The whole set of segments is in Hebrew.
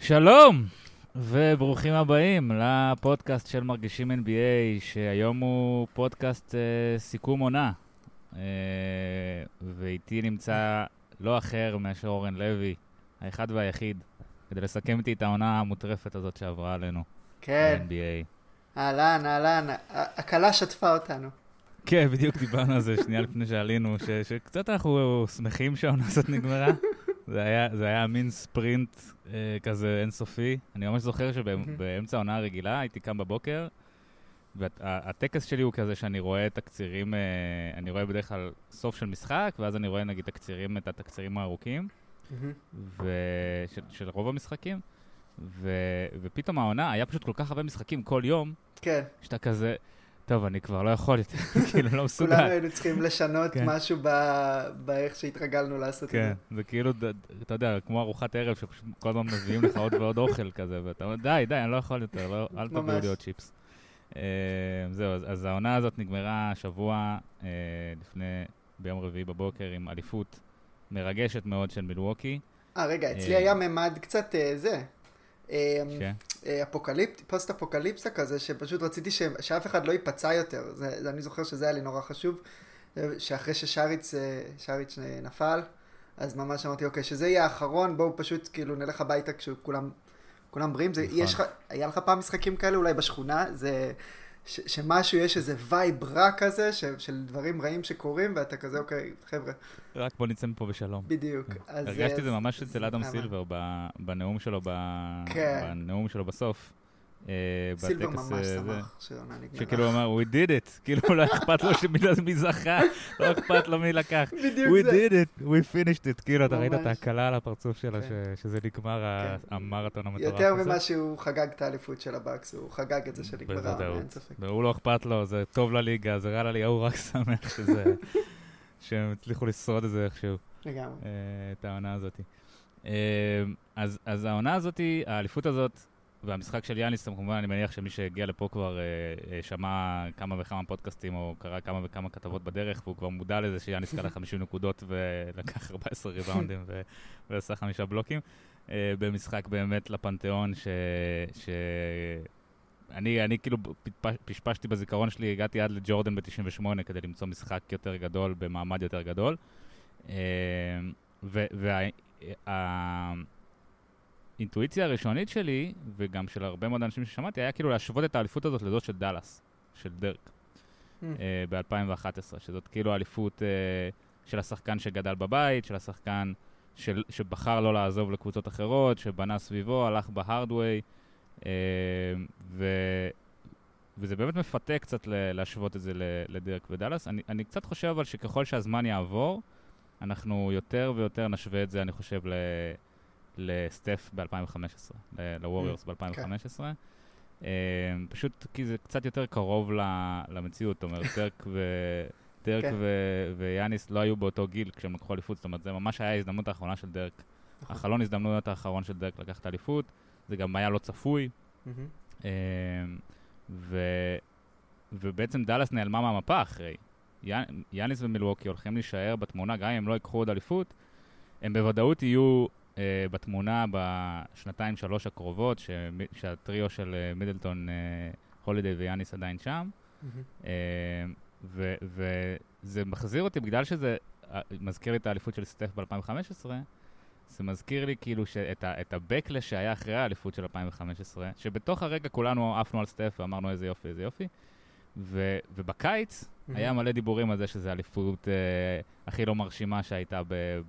שלום, וברוכים הבאים לפודקאסט של מרגישים NBA, שהיום הוא פודקאסט סיכום עונה. ואיתי נמצא לא אחר מאשר אורן לוי, האחד והיחיד, כדי לסכם איתי את העונה המוטרפת הזאת שעברה עלינו. כן. ב-NBA. אהלן, הקלה שטפה אותנו. כן, בדיוק דיברנו על זה שנייה לפני שעלינו, שקצת אנחנו שמחים שהעונה הזאת נגמרה. זה היה מין ספרינט כזה אינסופי. אני ממש זוכר שבאמצע העונה הרגילה הייתי קם בבוקר, והטקס שלי הוא כזה שאני רואה תקצירים, אני רואה בדרך כלל סוף של משחק, ואז אני רואה נגיד את התקצירים הארוכים, של רוב המשחקים, ופתאום העונה היה פשוט כל כך הרבה משחקים כל יום, כן. שאתה כזה, טוב, אני כבר לא יכול יותר, כאילו לא מסוגל. כולנו היינו צריכים לשנות משהו באיך שהתרגלנו לעשות את זה. כן, זה כאילו, אתה יודע, כמו ארוחת ערב, שפשוט כל הזמן מביאים לך עוד ועוד אוכל כזה, ואתה אומר, די, אני לא יכול יותר, אל תביאו לי עוד צ'יפס. זהו, אז העונה הזאת נגמרה שבוע ביום רביעי בבוקר עם אליפות מרגשת מאוד של מילווקי. רגע, אצלי היה ממד קצת פוסט אפוקליפסה כזה, שפשוט רציתי שאף אחד לא ייפצע יותר. אני זוכר שזה היה לי נורא חשוב, שאחרי ששריץ נפל, אז ממש אמרתי, אוקיי, שזה יהיה האחרון, בואו פשוט כאילו נלך הביתה כשכולם בריאים. היה לך פעם משחקים כאלה אולי בשכונה, שמשהו יש איזה וייב רע כזה, של דברים רעים שקורים, ואתה כזה, אוקיי, חבר'ה. רק בוא נצא מפה בשלום. בדיוק. הרגשתי זה ממש אצל אדם סילבר, בנאום שלו בסוף. סילבר ממש שמח שעונה נגמרה. שכאילו הוא אמר, we did it. כאילו לא אכפת לו מי זכה, לא אכפת לו מי לקח. בדיוק we זה. did it, we finished it. כאילו אתה ראית את ההקלה על הפרצוף שלה, שזה נגמר המרתון המטורף הזה. יותר ממה שהוא חגג את האליפות של הבאקס, הוא חגג את זה שנגמרה, אין ספק. והוא לא אכפת לו, זה טוב לליגה, זה רע לליגה, הוא רק שמח שהם הצליחו לשרוד את זה איכשהו. לגמרי. את העונה הזאת. אז העונה הזאת, האליפות הזאת, והמשחק של יאניס, כמובן, אני מניח שמי שהגיע לפה כבר שמע כמה וכמה פודקאסטים, או קרא כמה וכמה כתבות בדרך, והוא כבר מודע לזה שיאניס קלה 50 נקודות, ולקח 14 ריבאונדים, ועשה 5 בלוקים, במשחק באמת לפנתיאון, אני כאילו פשפשתי בזיכרון שלי, הגעתי עד לג'ורדן ב-98 כדי למצוא משחק יותר גדול, במעמד יותר גדול, האינטואיציה הראשונית שלי, וגם של הרבה מאוד אנשים ששמעתי, היה כאילו להשוות את האליפות הזאת לזאת של דלס, של דרק, ב-2011, שזאת כאילו האליפות של השחקן שגדל בבית, של השחקן שבחר לא לעזוב לקבוצות אחרות, שבנה סביבו, הלך בהארדווי, וזה באמת מפתה קצת להשוות את זה לדרק ודלס. אני קצת חושב אבל שככל שהזמן יעבור, אנחנו יותר ויותר נשווה את זה, אני חושב, לסטף ב-2015, לווריורס ב-2015. פשוט כי זה קצת יותר קרוב למציאות, זאת אומרת, דרק ויאניס לא היו באותו גיל כשהם לקחו אליפות, זאת אומרת, זה ממש היה ההזדמנות האחרונה של דרק. החלון הזדמנויות האחרון של דרק לקח את האליפות, זה גם היה לא צפוי, ובעצם דלס נעלמה מהמפה אחרי. יאניס ומילווקי הולכים להישאר בתמונה, גם אם הם לא יקחו עוד אליפות, הם בוודאות יהיו בתמונה בשנתיים-שלוש הקרובות, שהטריו של מידלטון, הולידיי ויאניס עדיין שם, וזה מחזיר אותי, בגלל שזה מזכיר לי את האליפות של סטף ב-2015, זה מזכיר לי כאילו את הבקלש שהיה אחרי האליפות של 2015, שבתוך הרגע כולנו עפנו על סטף ואמרנו איזה יופי, איזה יופי, ובקיץ היה מלא דיבורים על זה שזה האליפות הכי לא מרשימה שהייתה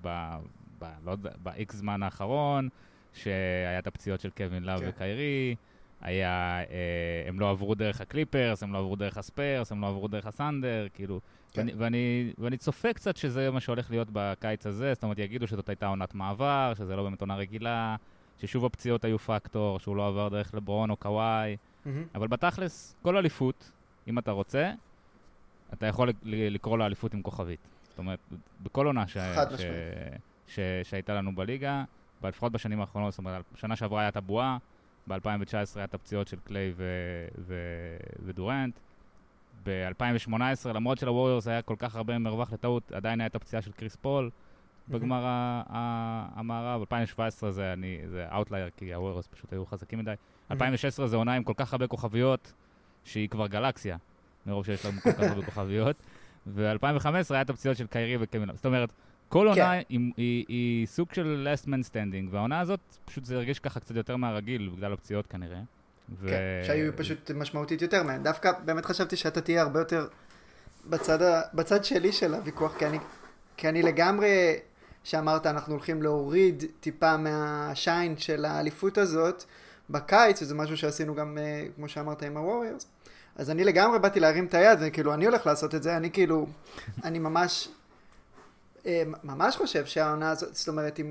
ב-X זמן האחרון, שהיה את הפציעות של קווין לאב וקיירי, הם לא עברו דרך הקליפרס, הם לא עברו דרך הספיירס, הם לא עברו דרך הסנדר, כאילו, ואני צופה קצת שזה מה שהולך להיות בקיץ הזה, זאת אומרת, יגידו שזאת הייתה עונת מעבר, שזה לא באמת עונה רגילה, ששוב הפציעות היו פקטור, שהוא לא עבר דרך לברון או קוואי, אבל בתכלס, כל אליפות, אם אתה רוצה, אתה יכול לקרוא לה אליפות עם כוכבית. זאת אומרת, בכל עונה שהייתה לנו בליגה, לפחות בשנים האחרונות, זאת אומרת, בשנה שעברה היה את הבועה, ב-2019 היה את הפציעות של קליי ודורנט, ב-2018, למרות של הווריורס היה כל כך הרבה מרווח לטעות, עדיין הייתה הפציעה של קריס פול, בגמר המערב. 2017 זה אאוטלייר, כי הווירוס פשוט היו חזקים מדי. 2016 זה עונה עם כל כך הרבה כוכביות, שהיא כבר גלקסיה, מרוב שיש לנו כל כך הרבה כוכביות. ו-2015 היה את הפציעות של קיירי וקווין. זאת אומרת, כל עונה היא סוג של last man standing, והעונה הזאת פשוט זה הרגיש ככה קצת יותר מהרגיל, בגלל הפציעות כנראה. כן, שהיו פשוט משמעותית יותר מהן. דווקא באמת חשבתי שאתה תהיה הרבה יותר בצד שלי של הוויכוח, כי אני לגמרי, שאמרת, אנחנו הולכים להוריד טיפה מהשיין של האליפות הזאת בקיץ, וזה משהו שעשינו גם, כמו שאמרת, עם הווריורס. אז אני לגמרי באתי להרים את היד, וכאילו, אני הולך לעשות את זה, אני כאילו, אני ממש חושב שהעונה הזאת, זאת אומרת,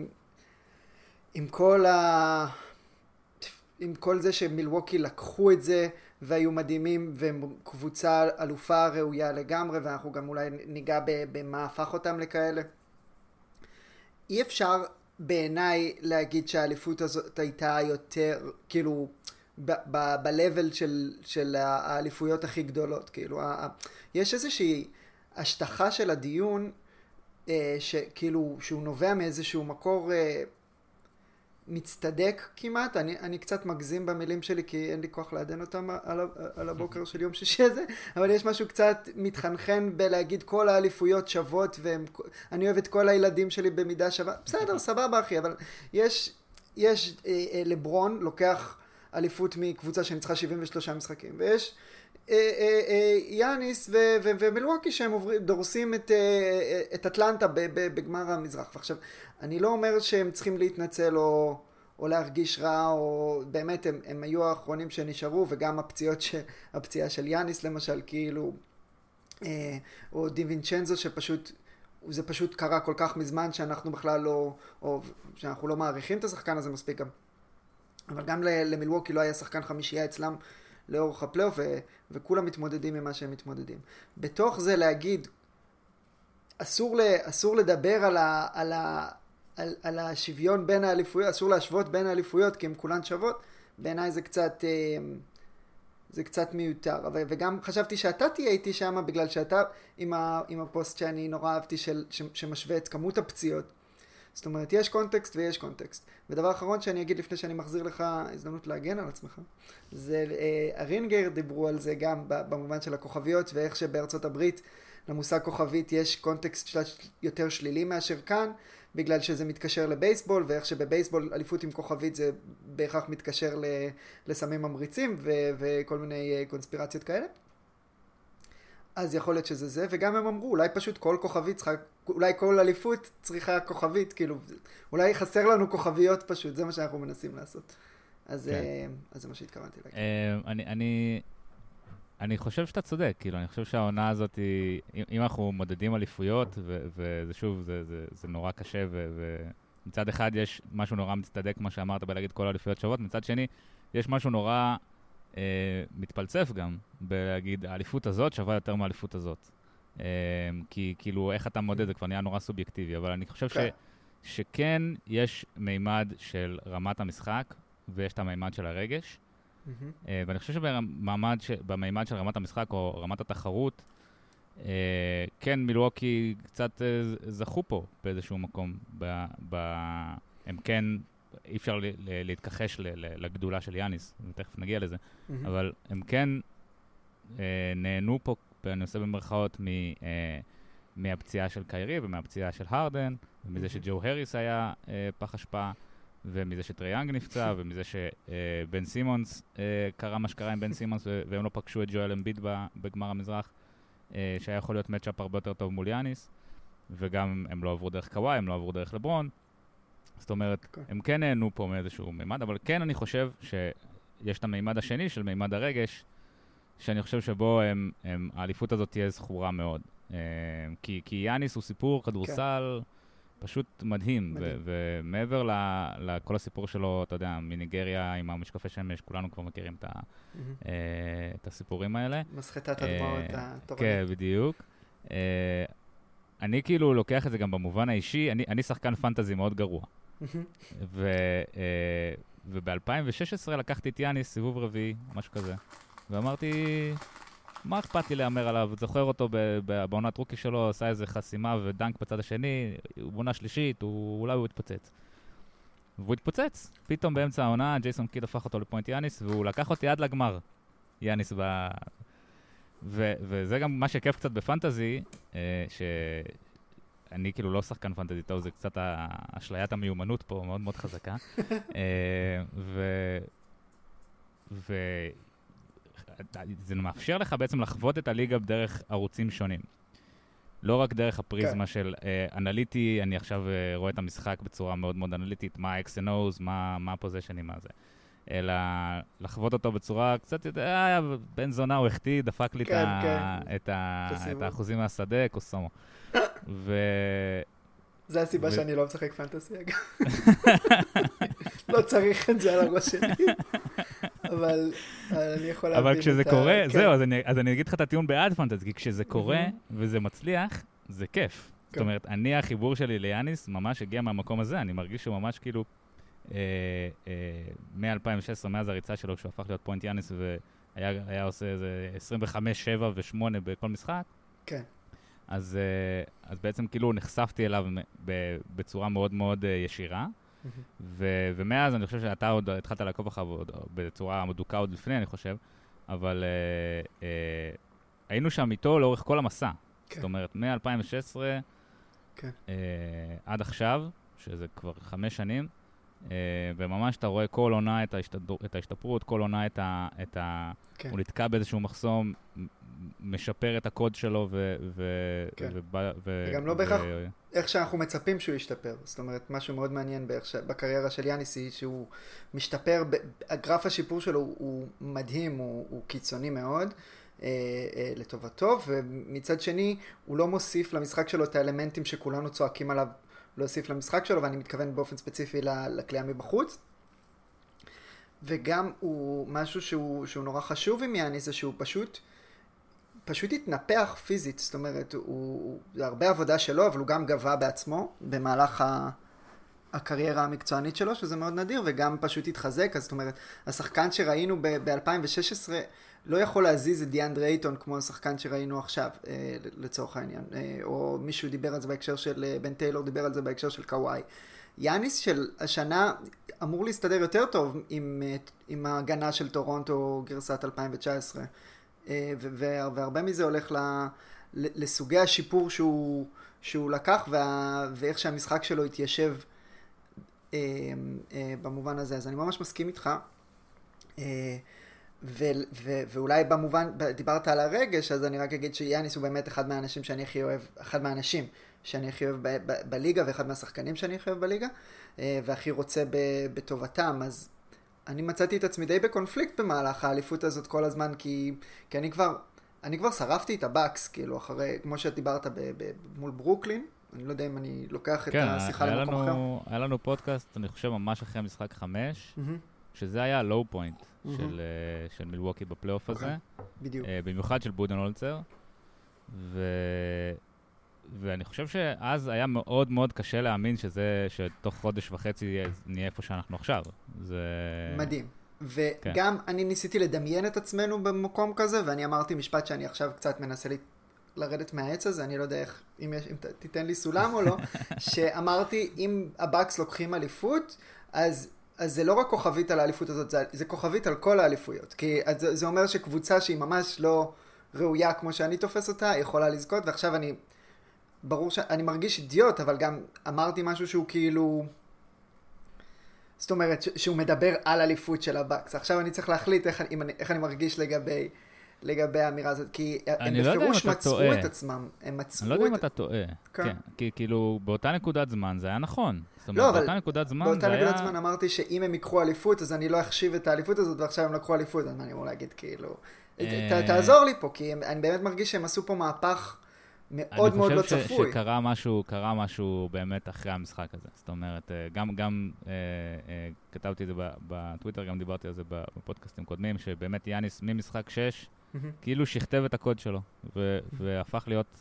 עם כל זה שמילווקי לקחו את זה, והיו מדהימים, והם קבוצה אלופה ראויה לגמרי, ואנחנו גם אולי ניגע במה הפך אותם לכאלה. אי אפשר בעיניי להגיד שהאליפות הזאת הייתה יותר, כאילו, ב-level של האליפויות הכי גדולות, כאילו, יש איזושהי השטחה של הדיון, שכאילו, שהוא נובע מאיזשהו מקור מצטדק כמעט, אני קצת מגזים במילים שלי, כי אין לי כוח לעדן אותם על הבוקר של יום שישי הזה, אבל יש משהו קצת מתחנחן בלהגיד כל האליפויות שוות, ואני אוהב את כל הילדים שלי במידה שווה, בסדר, סבבה אחי, אבל יש לברון לוקח אליפות מקבוצה שניצחה 73 משחקים, ויש יאניס ומילווקי שהם דורסים את אטלנטה בגמר המזרח. ועכשיו, אני לא אומר שהם צריכים להתנצל או להרגיש רע, או באמת הם היו האחרונים שנשארו, וגם הפציעה של יאניס למשל, כאילו, או דיווינצ'נזו שפשוט, זה פשוט קרה כל כך מזמן שאנחנו בכלל לא, או שאנחנו לא מעריכים את השחקן הזה מספיק גם. אבל גם למילווקי לא היה שחקן חמישייה אצלם לאורך הפלייאוף, וכולם מתמודדים ממה שהם מתמודדים. בתוך זה להגיד, אסור לדבר על השוויון בין האליפויות, אסור להשוות בין האליפויות, כי הן כולן שוות, בעיניי זה קצת מיותר. וגם חשבתי שאתה תהיה איתי שם, בגלל שאתה עם הפוסט שאני נורא אהבתי, שמשווה את כמות הפציעות. זאת אומרת, יש קונטקסט ויש קונטקסט. ודבר אחרון שאני אגיד לפני שאני מחזיר לך הזדמנות להגן על עצמך, זה הרינגר דיברו על זה גם במובן של הכוכביות, ואיך שבארצות הברית למושג כוכבית יש קונטקסט יותר שלילי מאשר כאן, בגלל שזה מתקשר לבייסבול, ואיך שבבייסבול אליפות עם כוכבית זה בהכרח מתקשר לסמים ממריצים וכל מיני קונספירציות כאלה. אז יכול להיות שזה זה, וגם הם אמרו, אולי פשוט כל כוכבית צריכה, אולי כל אליפות צריכה כוכבית, כאילו, אולי חסר לנו כוכביות פשוט, זה מה שאנחנו מנסים לעשות. אז זה מה שהתכוונתי להגיד. אני חושב שאתה צודק, כאילו, אני חושב שהעונה הזאת, אם אנחנו מודדים אליפויות, וזה שוב, זה נורא קשה, ומצד אחד יש משהו נורא מצטדק, מה שאמרת בלהגיד כל האליפויות שוות, מצד שני, יש משהו נורא מתפלצף גם, בלהגיד, האליפות הזאת שווה יותר מהאליפות הזאת. כי כאילו, איך אתה מודד, זה כבר נהיה נורא סובייקטיבי, אבל אני חושב שכן יש מימד של רמת המשחק, ויש את המימד של הרגש, ואני חושב שבמימד של רמת המשחק, או רמת התחרות, כן, מילווקי קצת זכו פה באיזשהו מקום, הם כן, אי אפשר להתכחש לגדולה של יאניס, ותכף נגיע לזה, אבל הם כן נהנו פה, אני עושה במרכאות, מהפציעה של קיירי ומהפציעה של הרדן, ומזה שג'ו הריס היה פח השפעה, ומזה שטרייאנג נפצע, ומזה שבן סימונס קרה מה שקרה עם בן סימונס, והם לא פגשו את ג'ואל אמביד בגמר המזרח, שהיה יכול להיות מצ'אפ הרבה יותר טוב מול יאניס, וגם הם לא עברו דרך קוואי, הם לא עברו דרך לברון, זאת אומרת, הם כן נהנו פה מאיזשהו מימד, אבל כן אני חושב שיש את המימד השני של מימד הרגש, שאני חושב שבו האליפות הזאת תהיה זכורה מאוד. כי יאניס הוא סיפור כדורסל פשוט מדהים, ומעבר לכל הסיפור שלו, אתה יודע, מניגריה עם המשקפי שמש, כולנו כבר מכירים את הסיפורים האלה. מסחטת הדמעות התורנית. כן, בדיוק. אני כאילו לוקח את זה גם במובן האישי, אני שחקן פנטזי מאוד גרוע. וב-2016 לקחתי את יאניס, סיבוב רביעי, משהו כזה. ואמרתי, מה אכפת לי להמר עליו? זוכר אותו בעונת רוקי שלו, עשה איזה חסימה ודנק בצד השני, בעונה שלישית, אולי הוא התפוצץ. והוא התפוצץ. פתאום באמצע העונה, ג'ייסון קיד הפך אותו לפוינט יאניס, והוא לקח אותי עד לגמר. יאניס וזה גם מה שכיף קצת בפנטזי, שאני כאילו לא שחקן פנטזי טוב, זה קצת אשליית המיומנות פה, מאוד מאוד חזקה. וזה מאפשר לך בעצם לחוות את הליגה בדרך ערוצים שונים. לא רק דרך הפריזמה של אנליטי, אני עכשיו רואה את המשחק בצורה מאוד מאוד אנליטית, מה ה-X and O's, מה הפוזיישנים, מה זה. אלא לחוות אותו בצורה קצת, בן זונה הוא החטיא, דפק לי את האחוזים מהשדה, קוסומו. זה הסיבה שאני לא משחק פנטסי, אגב. לא צריך את זה על הראש שלי. אבל אני יכול להבין את אבל כשזה קורה, זהו, אז אני אגיד לך את הטיעון בעד פנטסי, כי כשזה קורה וזה מצליח, זה כיף. זאת אומרת, החיבור שלי ליאניס ממש הגיע מהמקום הזה, אני מרגיש שהוא ממש כאילו, מ-2016, מאז הריצה שלו, כשהוא הפך להיות פוינט יאניס, והיה עושה איזה 25, 7 ו-8 בכל משחק, כן. אז בעצם כאילו נחשפתי אליו בצורה מאוד מאוד ישירה, ומאז אני חושב שאתה עוד התחלת לעקוב אחריו בצורה מדוקה עוד לפני, אני חושב, אבל היינו שם איתו לאורך כל המסע. זאת אומרת, מ-2016 עד עכשיו, שזה כבר 5 שנים, וממש אתה רואה כל עונה את ההשתפרות, כל עונה הוא נתקע באיזשהו מחסום, משפר את הקוד שלו וגם לא בהכרח איך שאנחנו מצפים שהוא ישתפר. זאת אומרת, משהו מאוד מעניין בקריירה של יאניס, שהוא משתפר, הגרף השיפור שלו הוא מדהים, הוא קיצוני מאוד לטובתו, ומצד שני הוא לא מוסיף למשחק שלו את האלמנטים שכולנו צועקים עליו להוסיף למשחק שלו, ואני מתכוון באופן ספציפי לקליעה מבחוץ. וגם הוא משהו שהוא נורא חשוב עם יאניס, זה שהוא פשוט התנפח פיזית, זאת אומרת, זה הרבה עבודה שלו, אבל הוא גם גבה בעצמו במהלך הקריירה המקצוענית שלו, שזה מאוד נדיר, וגם פשוט התחזק. אז זאת אומרת, השחקן שראינו ב-2016 לא יכול להזיז את דיאנדרה אייטון כמו השחקן שראינו עכשיו, לצורך העניין. או מישהו דיבר על זה בהקשר של, בן טיילור דיבר על זה בהקשר של קוואי. יאניס של השנה אמור להסתדר יותר טוב עם ההגנה של טורונטו גרסת 2019. והרבה מזה הולך לסוגי השיפור שהוא לקח, ואיך שהמשחק שלו התיישב במובן הזה. אז אני ממש מסכים איתך. ואולי במובן, דיברת על הרגש, אז אני רק אגיד שיאניס הוא באמת אחד מהאנשים שאני הכי אוהב בליגה, ואחד מהשחקנים שאני הכי אוהב בליגה, והכי רוצה בטובתם. אז אני מצאתי את עצמי די בקונפליקט במהלך האליפות הזאת כל הזמן, כי אני כבר שרפתי את הבאקס, כאילו, אחרי, כמו שאת דיברת מול ברוקלין, אני לא יודע אם אני לוקח את השיחה למקום אחר. היה לנו פודקאסט, אני חושב, ממש אחרי משחק 5, שזה היה הלואו פוינט של מילווקי בפלייאוף הזה. בדיוק. במיוחד של בודנהולצר. ואני חושב שאז היה מאוד מאוד קשה להאמין שתוך חודש וחצי נהיה איפה שאנחנו עכשיו. זה מדהים. וגם אני ניסיתי לדמיין את עצמנו במקום כזה, ואני אמרתי משפט שאני עכשיו קצת מנסה לרדת מהעץ הזה, אני לא יודע אם תיתן לי סולם או לא, שאמרתי, אם הבאקס לוקחים אליפות, אז זה לא רק כוכבית על האליפות הזאת, זה כוכבית על כל האליפויות. כי זה אומר שקבוצה שהיא ממש לא ראויה כמו שאני תופס אותה, יכולה לזכות, ועכשיו ברור שאני מרגיש אידיוט, אבל גם אמרתי משהו שהוא כאילו, זאת אומרת, שהוא מדבר על אליפות של הבאקס. עכשיו אני צריך להחליט איך אני מרגיש לגבי האמירה הזאת, כי הם בפירוש מצאו את עצמם. אני לא יודע אם אתה טועה. כן, כי כאילו באותה נקודת זמן זה היה נכון. זאת אומרת, באותה נקודת זמן זה היה... באותה נקודת זמן אמרתי שאם הם יקחו אליפות, אז אני לא אחשיב את האליפות הזאת, ועכשיו הם לקחו אליפות, אז אני אמור להגיד כאילו, תעזור לי פה, כי אני באמת מרגיש שהם עשו פה מהפך מאוד מאוד לא צפוי. אני חושב שקרה משהו באמת אחרי המשחק הזה. זאת אומרת, גם כתבתי את זה בטוויטר, גם דיברתי על זה בפודקאסטים קודמים, שבאמת יאניס ממשחק 6, כאילו שכתב את הקוד שלו, והפך להיות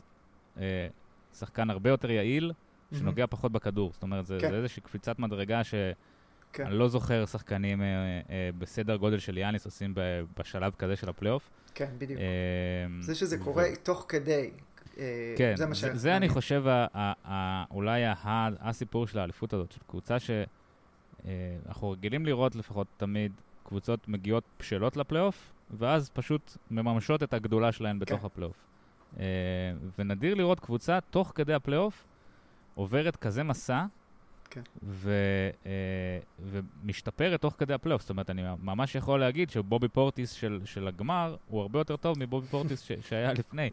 שחקן הרבה יותר יעיל, שנוגע פחות בכדור. זאת אומרת, זה איזושהי קפיצת מדרגה כן. אני לא זוכר שחקנים בסדר גודל של יאניס עושים בשלב כזה של הפלייאוף. כן, בדיוק. זה שזה קורה תוך כדי. כן, זה אני חושב אולי הסיפור של האליפות הזאת, של קבוצה שאנחנו רגילים לראות לפחות תמיד קבוצות מגיעות בשלות לפלייאוף, ואז פשוט מממשות את הגדולה שלהן בתוך הפלייאוף. ונדיר לראות קבוצה תוך כדי הפלייאוף עוברת כזה מסע, ומשתפרת תוך כדי הפלייאוף. זאת אומרת, אני ממש יכול להגיד שבובי פורטיס של הגמר הוא הרבה יותר טוב מבובי פורטיס שהיה לפני.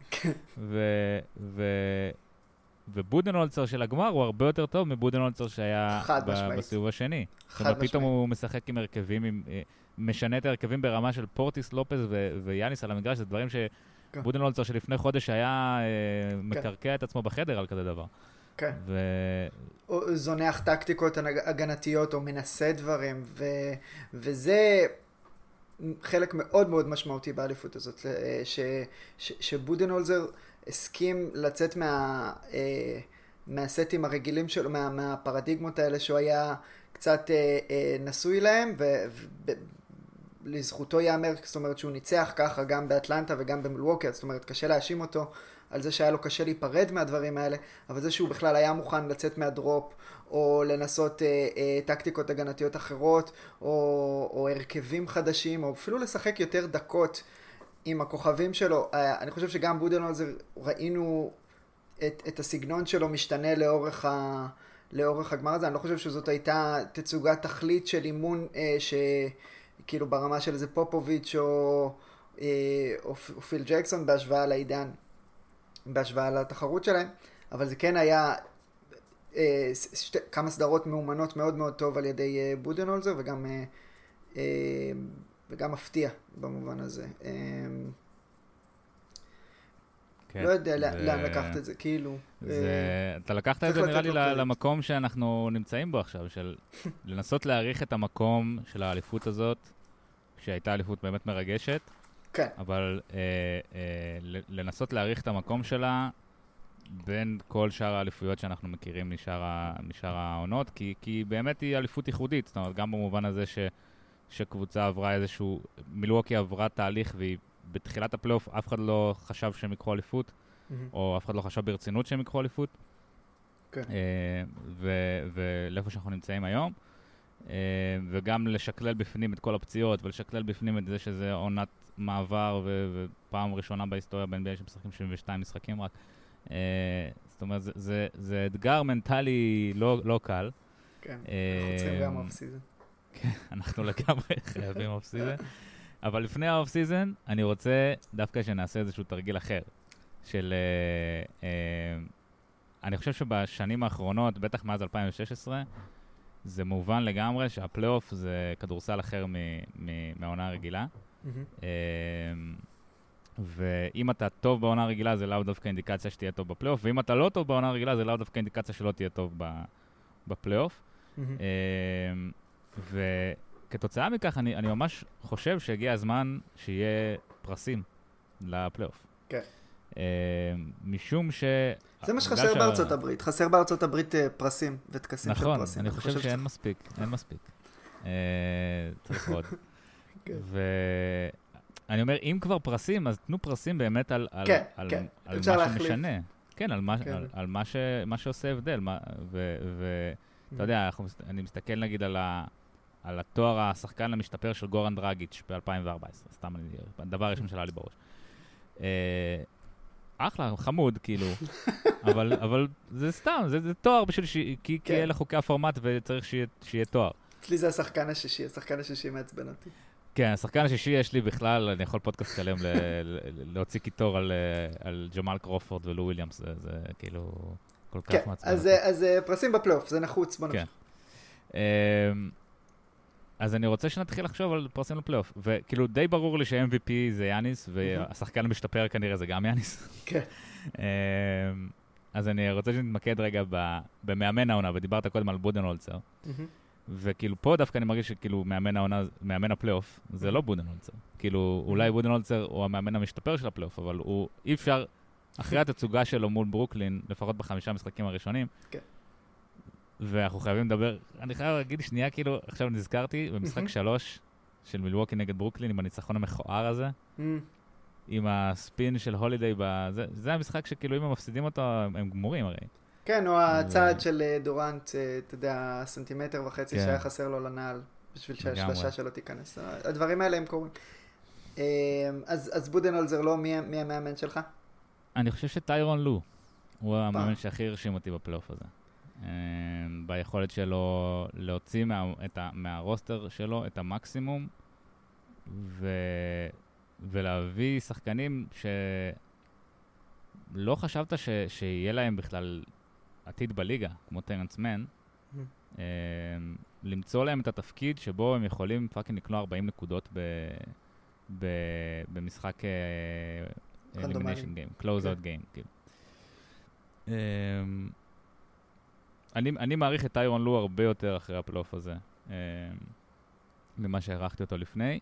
ובודנהולצר של הגמר הוא הרבה יותר טוב מבודנהולצר שהיה בסיבוב השני. זאת אומרת, פתאום הוא משחק עם הרכבים, משנה את הרכבים ברמה של פורטיס, לופז ויאניס על המגרש. זה דברים שבודנהולצר שלפני חודש היה מקרקע את עצמו בחדר על כזה דבר. כן. או זונח טקטיקות הגנתיות או מנסה דברים, וזה חלק מאוד מאוד משמעותי באליפות הזאת, שבודנהולצר הסכים לצאת מהסטים הרגילים שלו, מהפרדיגמות האלה שהוא היה קצת נשוי להם, ולזכותו יאמר, זאת אומרת שהוא ניצח ככה גם באטלנטה וגם במילווקי, זאת אומרת קשה להאשים אותו על זה שהיה לו קשה להיפרד מהדברים האלה, אבל זה שהוא בכלל היה מוכן לצאת מהדרופ, או לנסות טקטיקות הגנתיות אחרות, או הרכבים חדשים, או אפילו לשחק יותר דקות עם הכוכבים שלו. אני חושב שגם בודנהולצר ראינו את הסגנון שלו משתנה לאורך הגמר הזה. אני לא חושב שזאת הייתה תצוגת תכלית של אימון שכאילו ברמה של איזה פופוביץ' או פיל ג'קסון בהשוואה לעידן, בהשוואה לתחרות שלהם, אבל זה כן היה כמה סדרות מאומנות מאוד מאוד טוב על ידי בודנהולצר, וגם מפתיע במובן הזה. לא יודע לאן לקחת את זה, כאילו. אתה לקחת את זה נראה לי למקום שאנחנו נמצאים בו עכשיו, של לנסות להעריך את המקום של האליפות הזאת, שהייתה אליפות באמת מרגשת, כן. אבל לנסות להעריך את המקום שלה בין כל שאר האליפויות שאנחנו מכירים משאר העונות, כי באמת היא אליפות ייחודית, זאת אומרת, גם במובן הזה שקבוצה עברה איזשהו, מילווקי עברה תהליך, והיא בתחילת הפלייאוף אף אחד לא חשב שהם יקחו אליפות, או אף אחד לא חשב ברצינות שהם יקחו אליפות, ולאיפה שאנחנו נמצאים היום, וגם לשקלל בפנים את כל הפציעות, ולשקלל בפנים את זה שזה עונת מעבר, ופעם ראשונה בהיסטוריה ב-NBA שמשחקים 72 משחקים רק. זאת אומרת, זה אתגר מנטלי לא קל. כן, אנחנו צריכים גם אוף סיזן. כן, אנחנו לגמרי חייבים אוף סיזן. אבל לפני האוף סיזן, אני רוצה דווקא שנעשה איזשהו תרגיל אחר. אני חושב שבשנים האחרונות, בטח מאז 2016, זה מובן לגמרי שהפלייאוף זה כדורסל אחר מהעונה הרגילה. ואם אתה טוב בעונה הרגילה, זה לאו דווקא אינדיקציה שתהיה טוב בפלייאוף, ואם אתה לא טוב בעונה הרגילה, זה לאו דווקא אינדיקציה שלא תהיה טוב בפלייאוף. וכתוצאה מכך, אני ממש חושב שהגיע הזמן שיהיה פרסים לפלייאוף. כן. משום זה מה שחסר בארצות הברית. חסר בארצות הברית פרסים וטקסים של פרסים. נכון, אני חושב שאין מספיק. אין מספיק. צריך עוד. ואני אומר, אם כבר פרסים, אז תנו פרסים באמת על מה שמשנה. כן, על מה שעושה הבדל. ואתה יודע, אני מסתכל נגיד על התואר השחקן המשתפר של גורן דרגיץ' ב-2014. סתם, הדבר הראשון שלה לי בראש. אחלה, חמוד, כאילו. אבל זה סתם, זה תואר בשביל כי אלה חוקי הפורמט וצריך שיהיה תואר. אצלי זה השחקן השישי מעצבן אותי. כן, השחקן השישי יש לי בכלל, אני יכול פודקאסט שלם להוציא קיטור על ג'מאל קרופורד ולו וויליאמס, זה כאילו כל כך מעצבן. אז פרסים בפלייאוף, זה נחוץ, בוא נמשיך. אז אני רוצה שנתחיל לחשוב על פרסים לפלייאוף, וכאילו די ברור לי ש-MVP זה יאניס, והשחקן המשתפר כנראה זה גם יאניס. כן. אז אני רוצה שנתמקד רגע במאמן העונה, ודיברת קודם על בודנהולצר. וכאילו פה דווקא אני מרגיש שכאילו מאמן הפלייאוף, זה לא בודנהולצר. כאילו אולי בודנהולצר הוא המאמן המשתפר של הפלייאוף, אבל הוא אי אפשר, אחרי התצוגה שלו מול ברוקלין, לפחות ב5 משחקים הראשונים, ואנחנו חייבים לדבר, אני חייב להגיד שנייה, כאילו, עכשיו נזכרתי, במשחק 3 של מילווקי נגד ברוקלין, עם הניצחון המכוער הזה, עם הספין של הולידיי, זה המשחק שכאילו אם הם מפסידים אותו, הם גמורים הרי. כן, או הצעד של דורנט, אתה יודע, סנטימטר וחצי שהיה חסר לו לנעל, בשביל שהשלשה שלו תיכנס. הדברים האלה הם קורים. אז בודנהולזר לא, מי המאמן שלך? אני חושב שטיירון לו, הוא המאמן שהכי הרשים אותי בפלייאוף הזה. ביכולת שלו להוציא מהרוסטר שלו את המקסימום, ולהביא שחקנים שלא חשבת שיהיה להם בכלל עתיד בליגה, כמו טרנס מן, למצוא להם את התפקיד שבו הם יכולים פאקינג לקלוע 40 נקודות במשחק elimination game, close out game, כאילו. אני מעריך את טיירון לו הרבה יותר אחרי הפלייאוף הזה, ממה שהערכתי אותו לפני.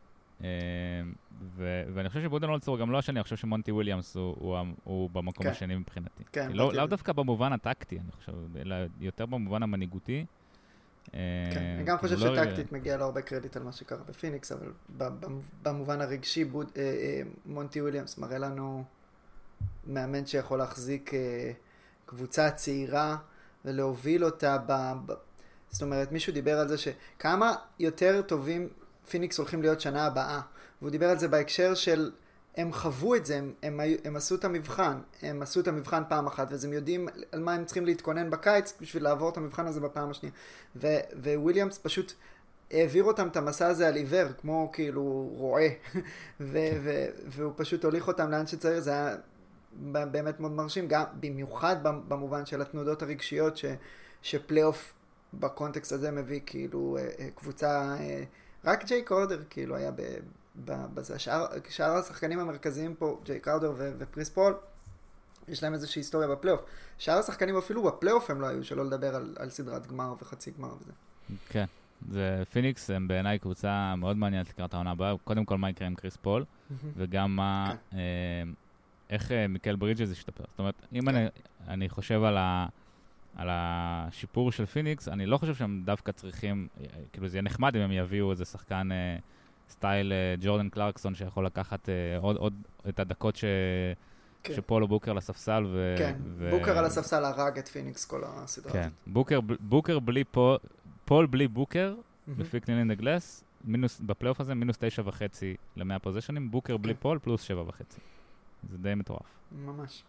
ואני חושב שבודנהולצר גם לא השני, אני חושב שמונטי וויליאמס הוא במקום השני מבחינתי. לאו דווקא במובן הטקטי, אני חושב, אלא יותר במובן המנהיגותי. אני גם חושב שטקטית מגיע לו הרבה קרדיט על מה שקרה בפיניקס, אבל במובן הרגשי, מונטי וויליאמס מראה לנו מאמן שיכול להחזיק קבוצה צעירה ולהוביל אותה זאת אומרת, מישהו דיבר על זה שכמה יותר טובים פיניקס הולכים להיות שנה הבאה, והוא דיבר על זה בהקשר של הם חוו את זה, הם עשו את המבחן, הם עשו את המבחן פעם אחת, ואז הם יודעים על מה הם צריכים להתכונן בקיץ בשביל לעבור את המבחן הזה בפעם השנייה. וויליאמס פשוט העביר אותם את המסע הזה על עיוור, כמו כאילו רועה, והוא פשוט הוליך אותם לאן שצריך. זה היה באמת מאוד מרשים, גם במיוחד במובן של התנודות הרגשיות שפלייאוף בקונטקסט הזה מביא, כאילו קבוצה, רק ג'יי קורדר כאילו היה בזה. שאר השחקנים המרכזיים פה, ג'יי קורדר ופריס פול, יש להם איזושהי היסטוריה בפלייאוף. שאר השחקנים אפילו בפלייאוף הם לא היו, שלא לדבר על סדרת גמר וחצי גמר וזה. כן, זה פיניקס, הם בעיניי קבוצה מאוד מעניינת לקראת העונה הבאה. קודם כל מה יקרה עם קריס פול, וגם מה, איך מיקל ברידג'ס ישתפר. זאת אומרת, אם אני חושב על השיפור של פיניקס, אני לא חושב שהם דווקא צריכים, כאילו זה יהיה נחמד אם הם יביאו איזה שחקן סטייל ג'ורדן קלרקסון שיכול לקחת עוד את הדקות שפול או בוקר לספסל. כן, בוקר על הספסל הרג את פיניקס כל הסדרה הזאת. כן, בוקר בלי פול בלי בוקר, לפי קלינינג דה גלס, בפלייאוף הזה מינוס 9.5 ל-100 פוזישנים, בוקר בלי פול פלוס 7.5. זה די מטורף. ממש.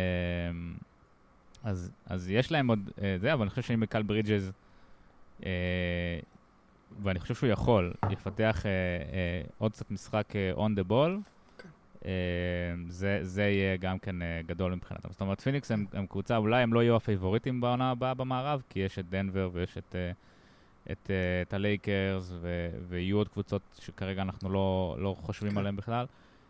אז יש להם עוד זה, אבל אני חושב שאם מיקל ברידג'ס, ואני חושב שהוא יכול, יפתח עוד קצת משחק on the ball, זה יהיה גם כן גדול מבחינתם. זאת אומרת, פיניקס הם קבוצה, אולי הם לא יהיו הפייבוריטים בעונה הבאה במערב, כי יש את דנבר ויש את הלייקרס, ויהיו עוד קבוצות שכרגע אנחנו לא חושבים עליהם בכלל.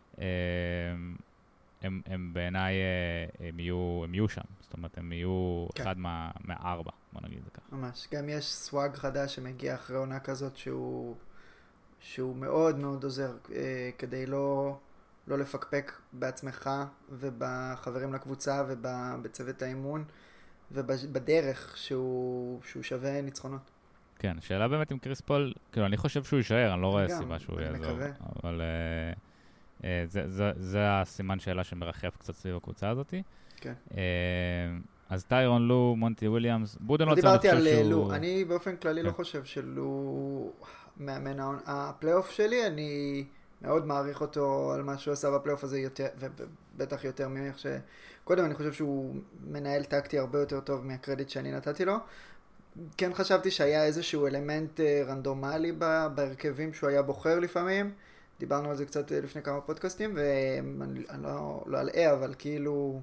הם בעיניי, הם יהיו שם. זאת אומרת, הם יהיו אחד מהארבע, בוא נגיד זה ככה. ממש. גם יש סוואג חדש שמגיע אחרי עונה כזאת שהוא מאוד מאוד עוזר כדי לא לפקפק בעצמך ובחברים לקבוצה ובצוות האימון ובדרך שהוא שווה ניצחונות. כן, השאלה באמת עם קריס פול, כאילו אני חושב שהוא יישאר, אני לא רואה סיבה שהוא יעזור. אבל זה הסימן שאלה שמרחף קצת סביב הקבוצה הזאת. כן. אז טיירון לו, מונטי וויליאמס, בודנהולצר אני חושב שהוא... דיברתי על לו, אני באופן כללי לא חושב שלו מאמן הפלייאוף שלי, אני מאוד מעריך אותו על מה שהוא עשה בפלייאוף הזה יותר, ובטח יותר ממך שקודם אני חושב שהוא מנהל טקטי הרבה יותר טוב מהקרדיט שאני נתתי לו. כן חשבתי שהיה איזשהו אלמנט רנדומלי בהרכבים שהוא היה בוחר לפעמים, דיברנו על זה קצת לפני כמה פודקאסטים, ואני לא אלאה, אבל כאילו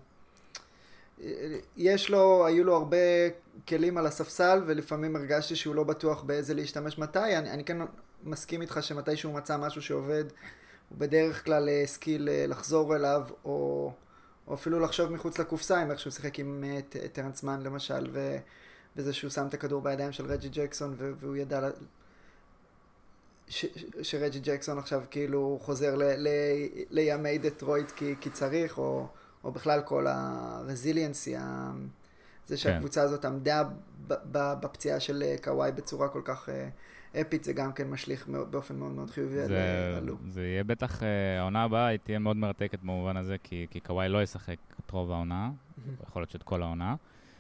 היו לו הרבה כלים על הספסל, ולפעמים הרגשתי שהוא לא בטוח באיזה להשתמש מתי. אני כן מסכים איתך שמתי שהוא מצא משהו שעובד, הוא בדרך כלל סקיל לחזור אליו, או אפילו לחשוב מחוץ לקופסה, אם איך שהוא שיחק עם טרנס מן למשל, ובזה שהוא שם את הכדור בידיים של רג'י ג'קסון, והוא ידע שרג'י ג'קסון עכשיו כאילו חוזר לימי דטרויט כי צריך, או בכלל כל הרזיליאנסי, זה שהקבוצה הזאת עמדה בפציעה של קוואי בצורה כל כך אפית, זה גם כן משליך באופן מאוד מאוד חיובי על לו. זה יהיה בטח, העונה הבאה היא תהיה מאוד מרתקת במובן הזה, כי קוואי לא ישחק את רוב העונה, יכול להיות שאת כל העונה,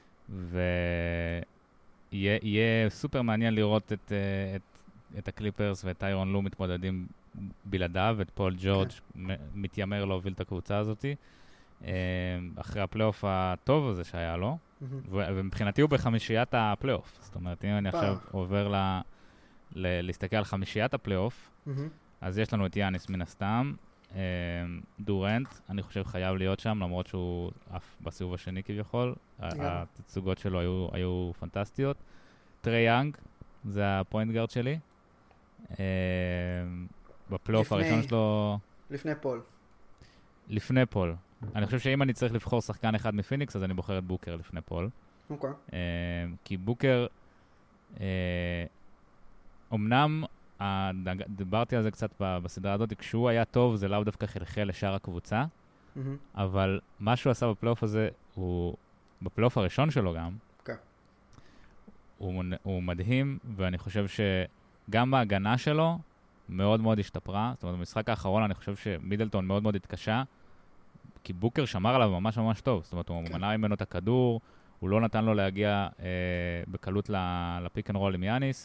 ויהיה סופר מעניין לראות את הקליפרס ואת טיירון לו מתמודדים בלעדיו, ואת פול ג'ורג' מתיימר להוביל את הקבוצה הזאת, אחרי הפלייאוף הטוב הזה שהיה לו, ומבחינתי הוא בחמישיית הפלייאוף. זאת אומרת, אם אני עכשיו עובר להסתכל על חמישיית הפלייאוף, אז יש לנו את יאניס מן הסתם, דורנט, אני חושב חייב להיות שם, למרות שהוא אף בסיבוב השני כביכול, התצוגות שלו היו פנטסטיות. טרי יאנג, זה הפוינט גארד שלי. בפלייאוף הראשון שלו... לפני פול. אני חושב שאם אני צריך לבחור שחקן אחד מפיניקס, אז אני בוחר את בוקר לפני פול. אוקיי. כי בוקר, אמנם, דיברתי על זה קצת בסדרה הזאת, כשהוא היה טוב, זה לאו דווקא חלחל לשאר הקבוצה, אבל מה שהוא עשה בפלייאוף הזה, בפלייאוף הראשון שלו גם, הוא מדהים, ואני חושב שגם בהגנה שלו, מאוד מאוד השתפרה. זאת אומרת, במשחק האחרון אני חושב שמידלטון מאוד מאוד התקשה, כי בוקר שמר עליו ממש ממש טוב. זאת אומרת, הוא מנע ממנו את הכדור, הוא לא נתן לו להגיע בקלות לפיק אנד רול עם יאניס,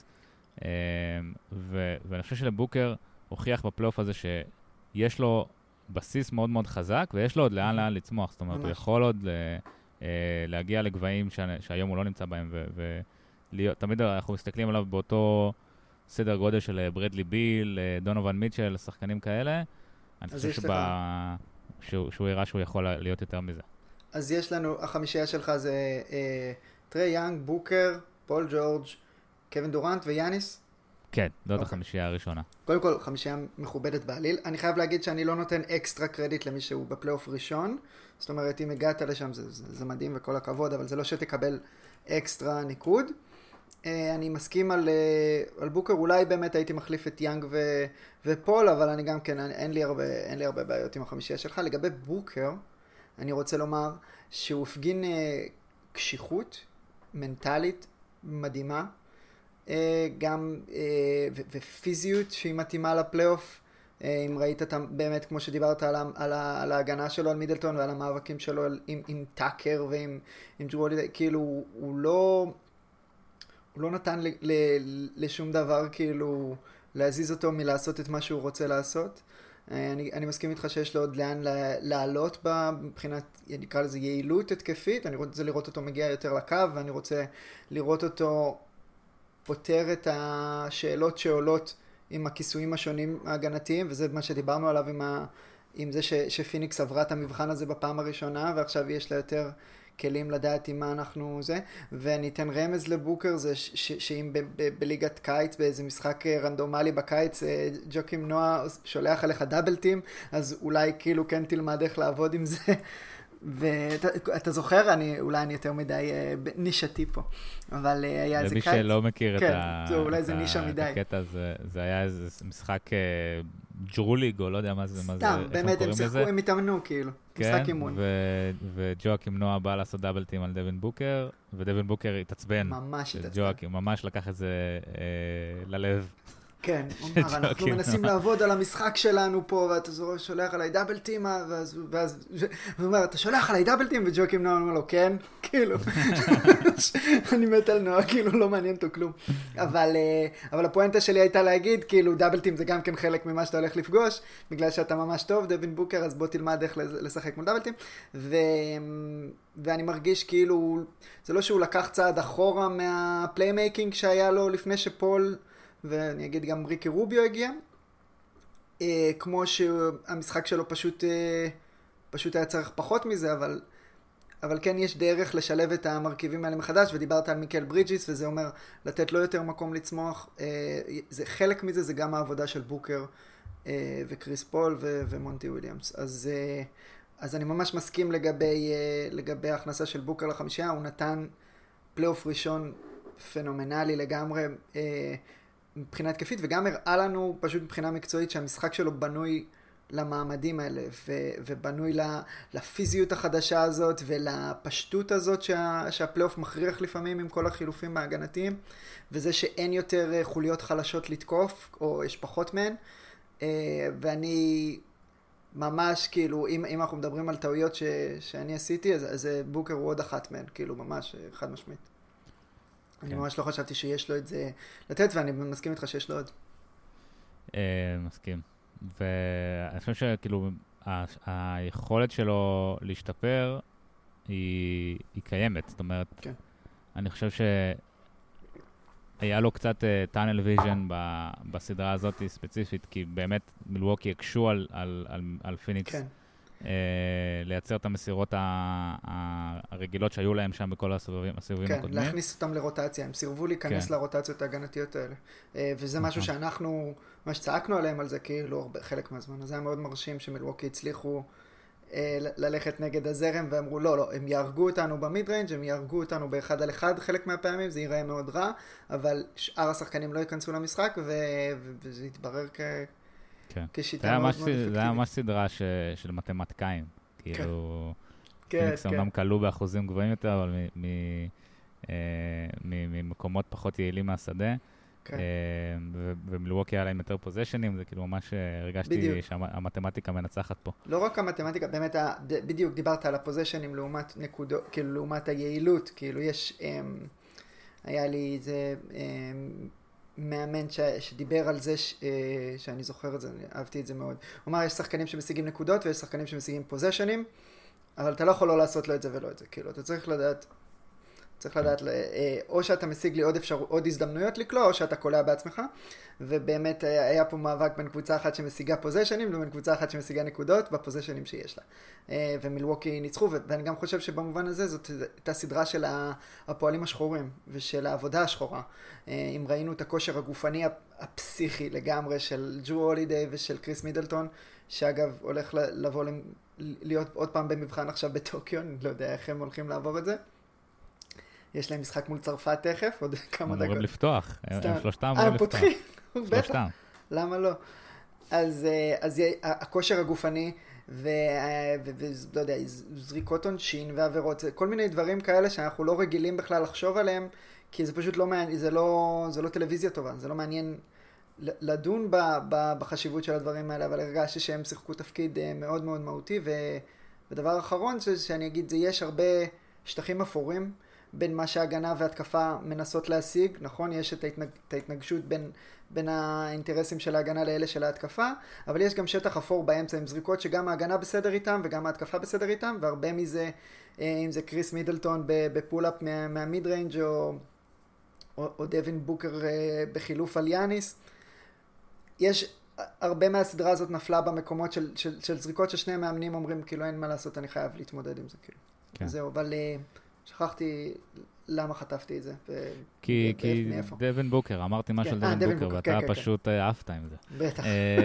ואני חושב שלבוקר הוכיח בפלייאוף הזה שיש לו בסיס מאוד מאוד חזק, ויש לו עוד לאן לצמוח. זאת אומרת, הוא יכול עוד להגיע לגבהים שהיום הוא לא נמצא בהם, ותמיד אנחנו מסתכלים עליו באותו סדר גודל של ברדלי ביל, דונוvan מיטשל, שחקנים כאלה. אני חושב שהוא הראה שהוא יכול להיות יותר מזה. אז יש לנו, החמישייה שלך זה טרי יאנג, בוקר, פול ג'ורג', קווין דורנט ויאניס? כן, זאת החמישייה הראשונה. קודם כל, חמישייה מכובדת בעליל. אני חייב להגיד שאני לא נותן אקסטרה קרדיט למי שהוא בפלייאוף ראשון. זאת אומרת, אם הגעת לשם זה מדהים וכל הכבוד, אבל זה לא שתקבל אקסטרה ניקוד. אני מסכים על בוקר, אולי באמת הייתי מחליף את יאנג ופול, אבל אני גם כן, אין לי הרבה בעיות עם החמישייה שלך. לגבי בוקר, אני רוצה לומר שהוא הפגין קשיחות מנטלית מדהימה, גם ופיזיות שהיא מתאימה לפלייאוף. אם ראית באמת, כמו שדיברת על ההגנה שלו על מידלטון ועל המאבקים שלו עם טאקר ועם ג'רולי, כאילו הוא לא נתן לשום דבר כאילו להזיז אותו מלעשות את מה שהוא רוצה לעשות. אני מסכים איתך שיש לו עוד לאן לעלות מבחינת, נקרא לזה יעילות התקפית. אני רוצה לראות אותו מגיע יותר לקו, ואני רוצה לראות אותו פותר את השאלות שעולות עם הכיסויים השונים ההגנתיים, וזה מה שדיברנו עליו עם זה שפיניקס עברה את המבחן הזה בפעם הראשונה, ועכשיו יש לה יותר כלים לדעת עם מה אנחנו זה. ואני אתן רמז לבוקר, זה שאם בליגת קיץ, באיזה משחק רנדומלי בקיץ, ג'וקים נועה שולח עליך דאבל טים, אז אולי כאילו כן תלמד איך לעבוד עם זה. ואתה זוכר, אולי אני יותר מדי נישתי פה, אבל היה איזה קיץ. למי שלא מכיר אולי זה נישה מדי. הקטע, זה היה איזה משחק ג'רוליג, או לא יודע מה זה, סתם, באמת, הם שיחקו, הם התאמנו כאילו, משחק אימון. וג'ואקים נועה בא לעשות דאבל טים על דווין בוקר, ודווין בוקר התעצבן. ממש התעצבן. ג'ואקים ממש לקח את זה ללב. כן, אומר, אנחנו מנסים לעבוד על המשחק שלנו פה, ואתה שולח עליי דאבל טים, ואז הוא אומר, אתה שולח עליי דאבל טים, וג'וקים נועה אומר לו, כן, כאילו, אני מת על נועה, כאילו, לא מעניין אותו כלום. אבל הפואנטה שלי הייתה להגיד, כאילו, דאבל טים זה גם כן חלק ממה שאתה הולך לפגוש, בגלל שאתה ממש טוב, דווין בוקר, אז בוא תלמד איך לשחק מול דאבל טים, ואני מרגיש כאילו, זה לא שהוא לקח צעד אחורה מהפליימייקינג שהיה לו לפני שפול, ואני אגיד גם ריקי רוביו הגיע, כמו שהמשחק שלו פשוט היה צריך פחות מזה, אבל כן יש דרך לשלב את המרכיבים האלה מחדש, ודיברת על מיקל ברידג'יס, וזה אומר לתת לו יותר מקום לצמוח. זה חלק מזה, זה גם העבודה של בוקר וקריס פול ומונטי וויליאמס. אז אני ממש מסכים לגבי ההכנסה של בוקר לחמישייה. הוא נתן פלייאוף ראשון פנומנלי לגמרי, מבחינה התקפית, וגם הראה לנו פשוט מבחינה מקצועית שהמשחק שלו בנוי למעמדים האלה, ובנוי לפיזיות החדשה הזאת, ולפשטות הזאת שהפלייאוף מכריח לפעמים עם כל החילופים ההגנתיים, וזה שאין יותר חוליות חלשות לתקוף, או יש פחות מהן, ואני ממש, כאילו, אם אנחנו מדברים על טעויות שאני עשיתי, אז בוקר הוא עוד אחת מהן, כאילו, ממש חד משמעית. אני ממש לא חשבתי שיש לו את זה לתת, ואני מסכים איתך שיש לו עוד. מסכים. ואני חושב שכאילו היכולת שלו להשתפר היא קיימת. זאת אומרת, אני חושב שהיה לו קצת טאנל ויז'ן בסדרה הזאת ספציפית, כי באמת מילווקי הקשו על פיניקס. לייצר את המסירות הרגילות שהיו להם שם בכל הסיבובים הקודמים. כן, להכניס אותם לרוטציה, הם סירבו להיכנס לרוטציות ההגנתיות האלה. וזה משהו שאנחנו, מה שצעקנו עליהם על זה, כאילו חלק מהזמן. אז זה היה מאוד מרשים שמילווקי הצליחו ללכת נגד הזרם, ואמרו לא, הם יהרגו אותנו במיד ריינג', הם יהרגו אותנו באחד על אחד חלק מהפעמים, זה ייראה מאוד רע, אבל שאר השחקנים לא ייכנסו למשחק, וזה יתברר כשיטה מאוד אפקטיבית. זה היה ממש סדרה של מתמטיקאים. כאילו, פיניקס אמנם קלו באחוזים גבוהים יותר, אבל ממקומות פחות יעילים מהשדה. ומילווקי היה להם יותר פוזיישנים, זה כאילו ממש הרגשתי שהמתמטיקה מנצחת פה. לא רק המתמטיקה, באמת בדיוק דיברת על הפוזיישנים לעומת נקודות, כאילו לעומת היעילות, כאילו יש, היה לי איזה מאמן שדיבר על זה, שאני זוכר את זה, אהבתי את זה מאוד. הוא אמר, יש שחקנים שמשיגים נקודות ויש שחקנים שמשיגים פוזיישנים, אבל אתה לא יכול לא לעשות לו את זה ולא את זה, כאילו, אתה צריך לדעת, או שאתה משיג לי עוד הזדמנויות לקלוע, או שאתה קולע בעצמך, ובאמת היה פה מאבק בין קבוצה אחת שמשיגה פוזיישנים, לבין קבוצה אחת שמשיגה נקודות בפוזיישנים שיש לה. ומילווקי ניצחו, ואני גם חושב שבמובן הזה זאת הייתה סדרה של הפועלים השחורים, ושל העבודה השחורה. אם ראינו את הכושר הגופני הפסיכי לגמרי של ג'רו הולידיי ושל קריס מידלטון, שאגב הולך להיות עוד פעם במבחן עכשיו בטוקיו, אני לא יודע איך הם הולכים לעבור את זה. יש להם משחק מול צרפת תכף, עוד כמה דקות. אמורים לפתוח, הם שלושתם אמורים לפתוח. פותחים, בטח, למה לא? אז הכושר הגופני, ולא יודע, זריקות עונשין ועבירות, כל מיני דברים כאלה שאנחנו לא רגילים בכלל לחשוב עליהם, כי זה פשוט לא מעניין, זה לא טלוויזיה טובה, זה לא מעניין לדון בחשיבות של הדברים האלה, אבל הרגשתי שהם שיחקו תפקיד מאוד מאוד מהותי, ודבר אחרון שאני אגיד, זה יש הרבה שטחים אפורים, בין מה שההגנה וההתקפה מנסות להשיג, נכון? יש את ההתנגשות בין האינטרסים של ההגנה לאלה של ההתקפה, אבל יש גם שטח אפור באמצע עם זריקות שגם ההגנה בסדר איתם וגם ההתקפה בסדר איתם, והרבה מזה, אם זה קריס מידלטון בפול-אפ מהמיד ריינג' או דווין בוקר בחילוף על יאניס, יש הרבה מהסדרה הזאת נפלה במקומות של זריקות ששני המאמנים אומרים, כאילו אין מה לעשות, אני חייב להתמודד עם זה, כאילו. כן. זהו, אבל שכחתי למה חטפתי את זה. כי דווין בוקר, אמרתי משהו על דווין בוקר, ואתה פשוט עפת עם זה. בטח.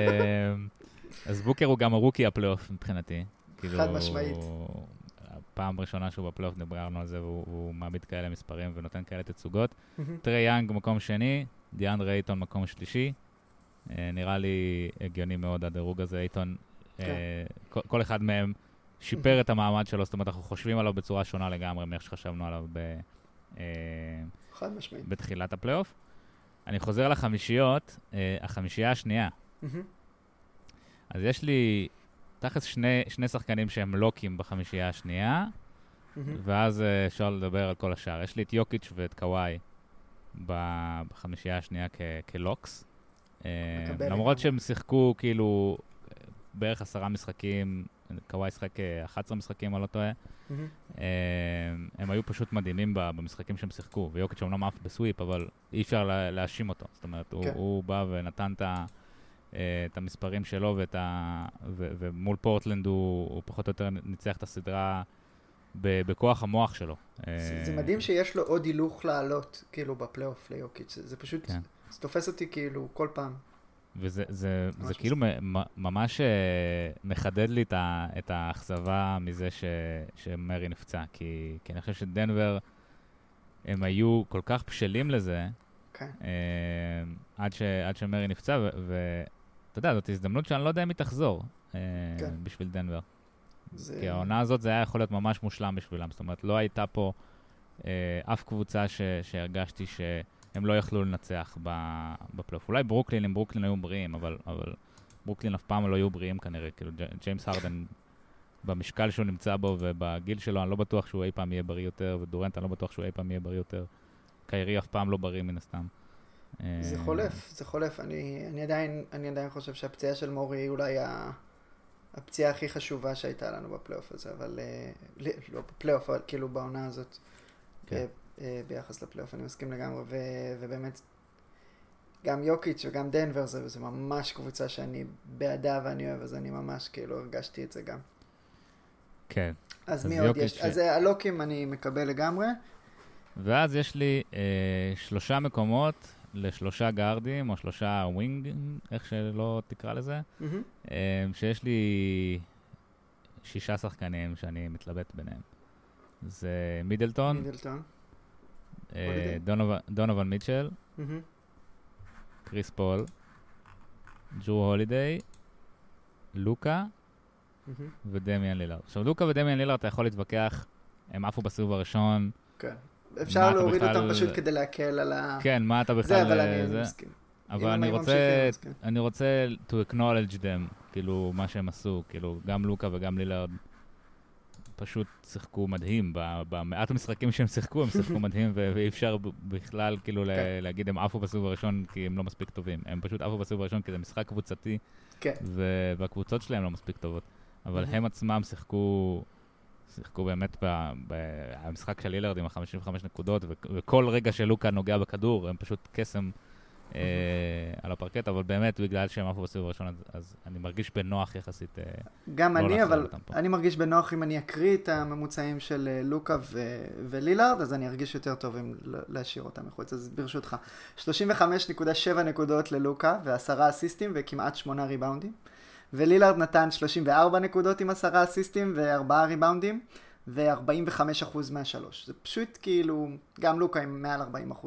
אז בוקר הוא גם הרוקי הפלייאוף מבחינתי. חד משמעית. פעם ראשונה שהוא בפלייאוף דיברנו על זה, והוא מעמיד כאלה מספרים ונותן כאלה תצוגות. טרי יאנג מקום שני, דיאנדרה אייטון מקום שלישי. נראה לי הגיוני מאוד הדירוג הזה, אייטון. כל אחד מהם שיפר את המעמד שלו, זאת אומרת, אנחנו חושבים עליו בצורה שונה לגמרי, מאיך שחשבנו עליו בתחילת הפלייאוף. אני חוזר לחמישיות, החמישייה השנייה. אז יש לי תכף שני שחקנים שהם לוקים בחמישייה השנייה, ואז אפשר לדבר על כל השאר. יש לי את יוקיץ' ואת קוואי בחמישייה השנייה כלוקס. למרות שהם שיחקו כאילו בערך 10 משחקים, קוואי שחק 11 משחקים, אני לא טועה. הם היו פשוט מדהימים במשחקים שהם שיחקו, ויוקיץ' אומנם אף בסוויפ, אבל אי אפשר להאשים אותו. זאת אומרת, הוא בא ונתן את המספרים שלו, ומול פורטלנד הוא פחות או יותר ניצח את הסדרה בכוח המוח שלו. זה מדהים שיש לו עוד הילוך לעלות, כאילו, בפלייאוף ליוקיץ'. זה פשוט, זה תופס אותי כאילו כל פעם. וזה כאילו ממש מחדד לי את האכזבה מזה שמרי נפצע, כי אני חושב שדנבר הם היו כל כך בשלים לזה, עד שמרי נפצע, אתה יודע, זאת הזדמנות שאני לא יודע אם היא תחזור בשביל דנבר. כי העונה הזאת זה היה יכול להיות ממש מושלם בשבילם. זאת אומרת, לא הייתה פה אף קבוצה שהרגשתי שהם לא יכלו לנצח בפלייאוף. אולי ברוקלין, אם ברוקלין היו בריאים, אבל ברוקלין אף פעם לא היו בריאים כנראה. כאילו, ג'יימס הרדן, במשקל שהוא נמצא בו ובגיל שלו, אני לא בטוח שהוא אי פעם יהיה בריא יותר, ודורנט, אני לא בטוח שהוא אי פעם יהיה בריא יותר. קיירי אף פעם לא בריא מן הסתם. זה חולף. אני עדיין חושב שהפציעה של מורי היא אולי הפציעה הכי חשובה שהייתה לנו בפלייאוף הזה, אבל לא בפלייאוף, אבל כאילו בעונה הזאת, ביחס לפלייאוף, אני מסכים לגמרי, ובאמת, גם יוקיץ' וגם דנבר זה ממש קבוצה שאני בעדה ואני אוהב, אז אני ממש כאילו הרגשתי את זה גם. כן. אז מי עוד יש? אז הלוקים אני מקבל לגמרי. ואז יש לי 3 מקומות ל3 גארדים, או 3 ווינג, איך שלא תקרא לזה, שיש לי 6 שחקנים שאני מתלבט ביניהם. זה מידלטון, דונובל מיטשל, קריס פול, ג'רו הולידיי, לוקה ודמיאן לילארד. עכשיו, לוקה ודמיאן לילארד אתה יכול להתווכח, הם עפו בסיבוב הראשון. כן. אפשר להוריד אותם פשוט כדי להקל על כן, מה אתה בכלל... זה, אבל אני מסכים. אבל אני רוצה to acknowledge them, כאילו, מה שהם עשו, כאילו, גם לוקה וגם לילארד פשוט שיחקו מדהים, במעט המשחקים שהם שיחקו, הם שיחקו מדהים, ואי אפשר בכלל, כאילו, להגיד, הם עפו בסיבוב הראשון כי הם לא מספיק טובים. הם פשוט עפו בסיבוב הראשון כי זה משחק קבוצתי, והקבוצות שלהם לא מספיק טובות. אבל הם עצמם שיחקו באמת במשחק של לילארד עם ה-55 נקודות, וכל רגע שלוקה נוגע בכדור, הם פשוט קסם על הפרקט, אבל באמת בגלל שהם עפו בסיבוב הראשון, אז אני מרגיש בנוח יחסית. גם אני, אבל אני מרגיש בנוח אם אני אקריא את הממוצעים של לוקה ולילארד, אז אני ארגיש יותר טוב אם להשאיר אותם מחוץ. אז ברשותך, 35.7 נקודות ללוקה, ו10 אסיסטים וכמעט 8 ריבאונדים. ולילארד נתן 34 נקודות עם 10 אסיסטים ו4 ריבאונדים, ו45% מהשלוש. זה פשוט כאילו, גם לוקה עם מעל 40%.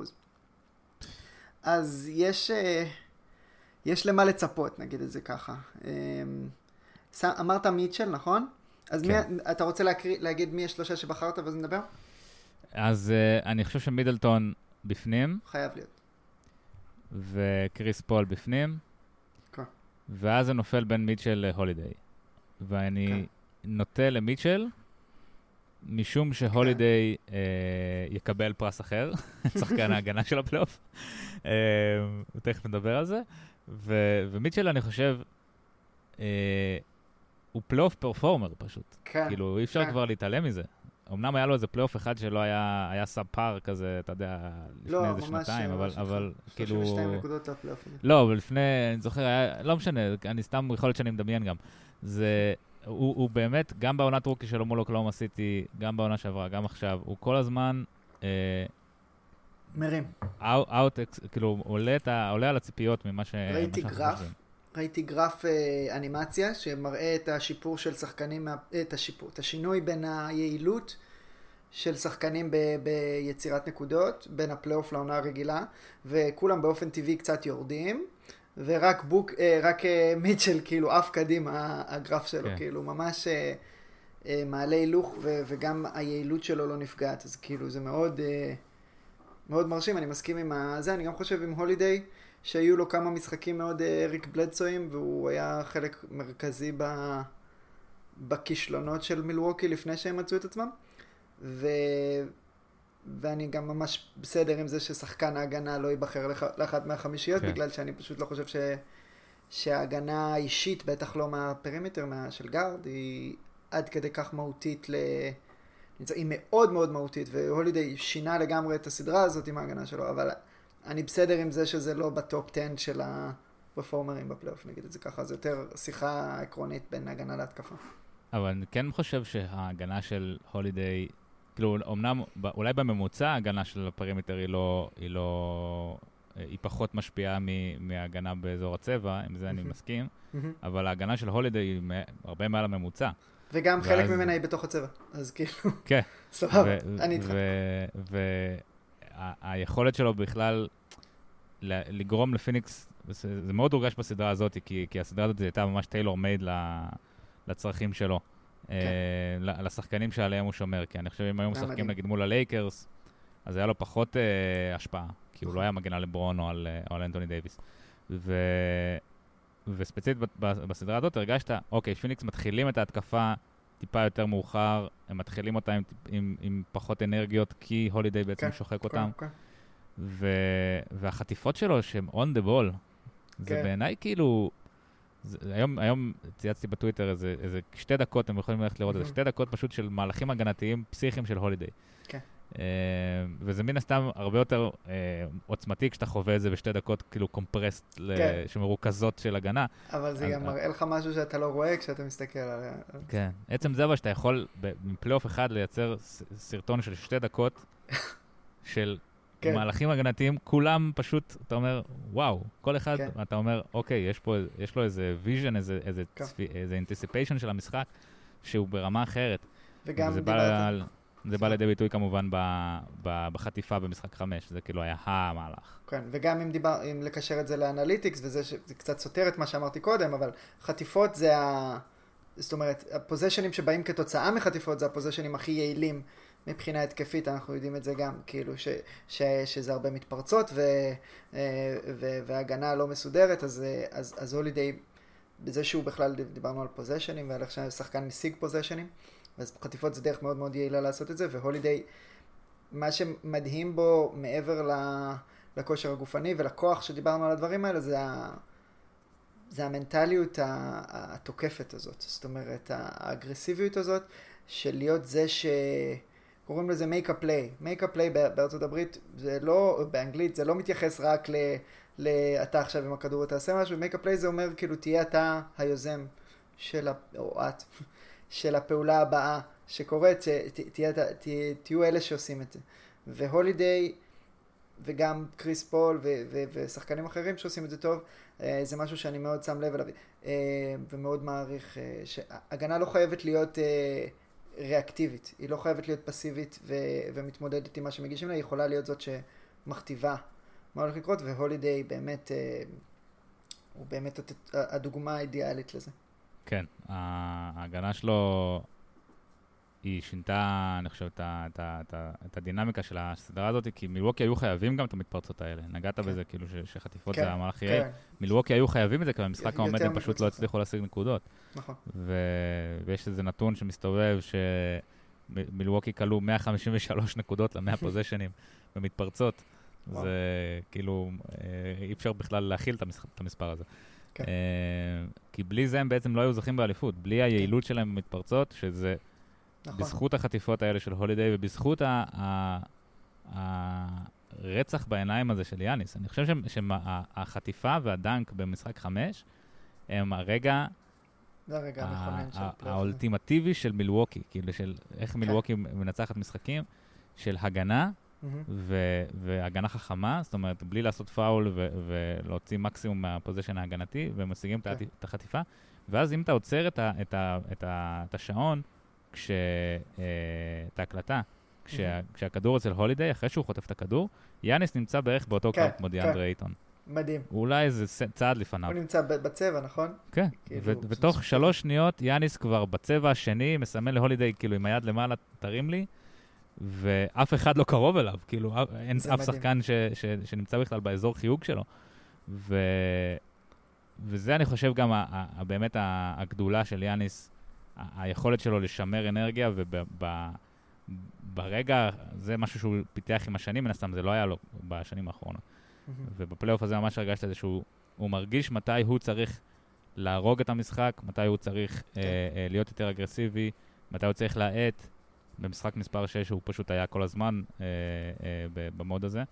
אז יש למה לצפות, נגיד את זה ככה. אמרת מיטשל, נכון? אז כן. אתה רוצה להגיד מי השלושה שבחרת ואז נדבר? אז אני חושב שמידלטון בפנים. חייב להיות. וקריס פול בפנים. ואז זה נופל בין מיטשל להולידיי. ואני נוטה למיטשל, משום שהולידיי יקבל פרס אחר, שחקן ההגנה של הפלייאוף. תכף נדבר על זה. ומיטשל, אני חושב, הוא פלייאוף פרפורמר פשוט. כאילו, אי אפשר כבר להתעלם מזה. אמנם היה לו איזה פלייאוף אחד שלא היה סאב-פאר כזה, אתה יודע, לפני איזה שנתיים, אבל כאילו... 32 נקודות לפלייאוף. לא, אבל לפני, אני זוכר, לא משנה, אני סתם, יכול להיות שאני מדמיין גם. הוא באמת, גם בעונת רוקי שלו מול אוקלהומה סיטי, גם בעונה שעברה, גם עכשיו, הוא כל הזמן... מרים. כאילו, עולה על הציפיות ממה ראיתי גרף אנימציה שמראה את השיפור של שחקנים, את השינוי בין היעילות של שחקנים ביצירת נקודות, בין הפלייאוף לעונה הרגילה, וכולם באופן טבעי קצת יורדים, ורק מיטשל כאילו אף קדימה הגרף שלו, כאילו ממש מעלה הילוך, וגם היעילות שלו לא נפגעת, אז כאילו זה מאוד, מאוד מרשים, אני מסכים עם זה, אני גם חושב עם הולידיי, שהיו לו כמה משחקים מאוד ריק בלדסויים, והוא היה חלק מרכזי בכישלונות של מילווקי לפני שהם מצאו את עצמם. ואני גם ממש בסדר עם זה ששחקן ההגנה לא ייבחר לאחת מהחמישיות, בגלל שאני פשוט לא חושב שההגנה האישית, בטח לא מהפרימטר של גארד, היא עד כדי כך מהותית, היא מאוד מאוד מהותית, והולידיי שינה לגמרי את הסדרה הזאת עם ההגנה שלו, אבל... אני בסדר עם זה שזה לא בטופ 10 של הפרפורמרים בפלייאוף, נגיד את זה ככה, זה יותר שיחה עקרונית בין הגנה להתקפה. אבל אני כן חושב שההגנה של הולידיי, כאילו, אמנם, אולי בממוצע ההגנה של הפרימטר היא פחות משפיעה מההגנה באזור הצבע, עם זה אני מסכים, אבל ההגנה של הולידיי היא הרבה מעל הממוצע. וגם חלק ממנה היא בתוך הצבע, אז כאילו, סבבה, אני איתך. היכולת שלו בכלל לגרום לפיניקס זה מאוד הורגש בסדרה הזאת, כי הסדרה הזאת הייתה ממש טיילור מייד לצרכים שלו. לשחקנים שעליהם הוא שומר, כי אני חושב אם היו משחקים נגיד מול הלייקרס, אז היה לו פחות השפעה, כי הוא לא היה מגן על לברון או על אנטוני דייביס. וספציפית בסדרה הזאת הרגשת, אוקיי, פיניקס מתחילים את ההתקפה טיפה יותר מאוחר, הם מתחילים אותה עם פחות אנרגיות, כי הולידיי בעצם שוחק אותם. והחטיפות שלו שהם on the ball, זה בעיניי כאילו, היום צייצתי בטוויטר איזה 2 דקות, הם יכולים ללכת לראות את זה, 2 דקות פשוט של מהלכים הגנתיים פסיכיים של הולידיי. וזה מן הסתם הרבה יותר עוצמתי כשאתה חווה את זה ב2 דקות כאילו קומפרסט שמרוכזות של הגנה. אבל זה גם מראה לך משהו שאתה לא רואה כשאתה מסתכל עליה. כן, עצם זה אבל שאתה יכול בפלייאוף אחד לייצר סרטון של 2 דקות של מהלכים הגנתיים, כולם פשוט, אתה אומר, וואו, כל אחד, אתה אומר, אוקיי, יש לו איזה ויז'ן, איזה אנטיסיפיישן של המשחק, שהוא ברמה אחרת. וגם זה בא לידי ביטוי כמובן בחטיפה במשחק 5, זה כאילו היה המהלך. כן, וגם אם לקשר את זה לאנליטיקס, וזה קצת סותר את מה שאמרתי קודם, אבל חטיפות זה זאת אומרת, הפוזיישנים שבאים כתוצאה מחטיפות, זה הפוזיישנים הכי יעילים מבחינה התקפית, אנחנו יודעים את זה גם, כאילו שזה הרבה מתפרצות והגנה לא מסודרת, אז הולידיי, בזה שהוא בכלל דיברנו על פוזיישנים, ועל איך ששחקן משיג פוזיישנים, אז חטיפות זה דרך מאוד מאוד יעילה לעשות את זה, והולידיי, מה שמדהים בו מעבר לכושר הגופני ולכוח שדיברנו על הדברים האלה, זה המנטליות התוקפת הזאת, זאת אומרת, האגרסיביות הזאת של להיות זה קוראים לזה make a play. make a play בארצות הברית, זה לא, באנגלית, זה לא מתייחס רק אתה עכשיו עם הכדור תעשה משהו, make a play זה אומר כאילו תהיה אתה היוזם או את של הפעולה הבאה שקורית, תהיו אלה שעושים את זה. והולידיי וגם קריס פול ושחקנים אחרים שעושים את זה טוב, זה משהו שאני מאוד שם לב אליו ומאוד מעריך, שהגנה לא חייבת להיות ריאקטיבית, היא לא חייבת להיות פסיבית ומתמודדת עם מה שמגישים לה, היא יכולה להיות זאת שמכתיבה מה הולך לקרות, והולידיי באמת, הוא באמת הדוגמה האידיאלית לזה. כן, ההגנה שלו היא שינתה, אני חושב, את הדינמיקה של הסדרה הזאת, כי מילווקי היו חייבים גם את המתפרצות האלה. נגעת בזה, כאילו שחטיפות זה המהלך יעיל. מילווקי היו חייבים את זה, כי במשחק העומד הם פשוט לא הצליחו להשיג נקודות. נכון. ויש איזה נתון שמסתובב, שמילווקי קלו 153 נקודות ל-100 פוזיישנים במתפרצות. זה כאילו, אי אפשר בכלל להכיל את המספר הזה. כי בלי זה הם בעצם לא היו זוכים באליפות. בלי היעילות שלהם במתפרצות, שזה בזכות החטיפות האלה של הולידיי, ובזכות הרצח בעיניים הזה של יאניס. אני חושב שהחטיפה והדנק במשחק 5 הם הרגע האולטימטיבי של מילווקי, כאילו של איך מילווקי מנצחת משחקים, של הגנה והגנה חכמה, זאת אומרת, בלי לעשות פאול ולהוציא מקסימום מהפוזיישן ההגנתי, ומשיגים את החטיפה, ואז אם אתה עוצר את השעון, את ההקלטה, כשהכדור אצל הולידיי, אחרי שהוא חוטף את הכדור, יאניס נמצא בערך באותו קו כמו דיאנדרה אייטון. מדהים. אולי איזה צעד לפניו. הוא נמצא בצבע, נכון? כן, ותוך 3 שניות יאניס כבר בצבע השני, מסמן להולידיי כאילו עם היד למעלה, תרים לי, ואף אחד לא קרוב אליו, כאילו אין אף שחקן שנמצא בכלל באזור חיוג שלו. וזה אני חושב גם באמת הגדולה של יאניס, היכולת שלו לשמר אנרגיה, וברגע, זה משהו שהוא פיתח עם השנים, מן הסתם זה לא היה לו בשנים האחרונות. ובפלייאוף הזה ממש הרגשת את זה שהוא מרגיש מתי הוא צריך להרוג את המשחק, מתי הוא צריך להיות יותר אגרסיבי, מתי הוא צריך להעט. במשחק מספר 6 הוא פשוט היה כל הזמן במוד הזה.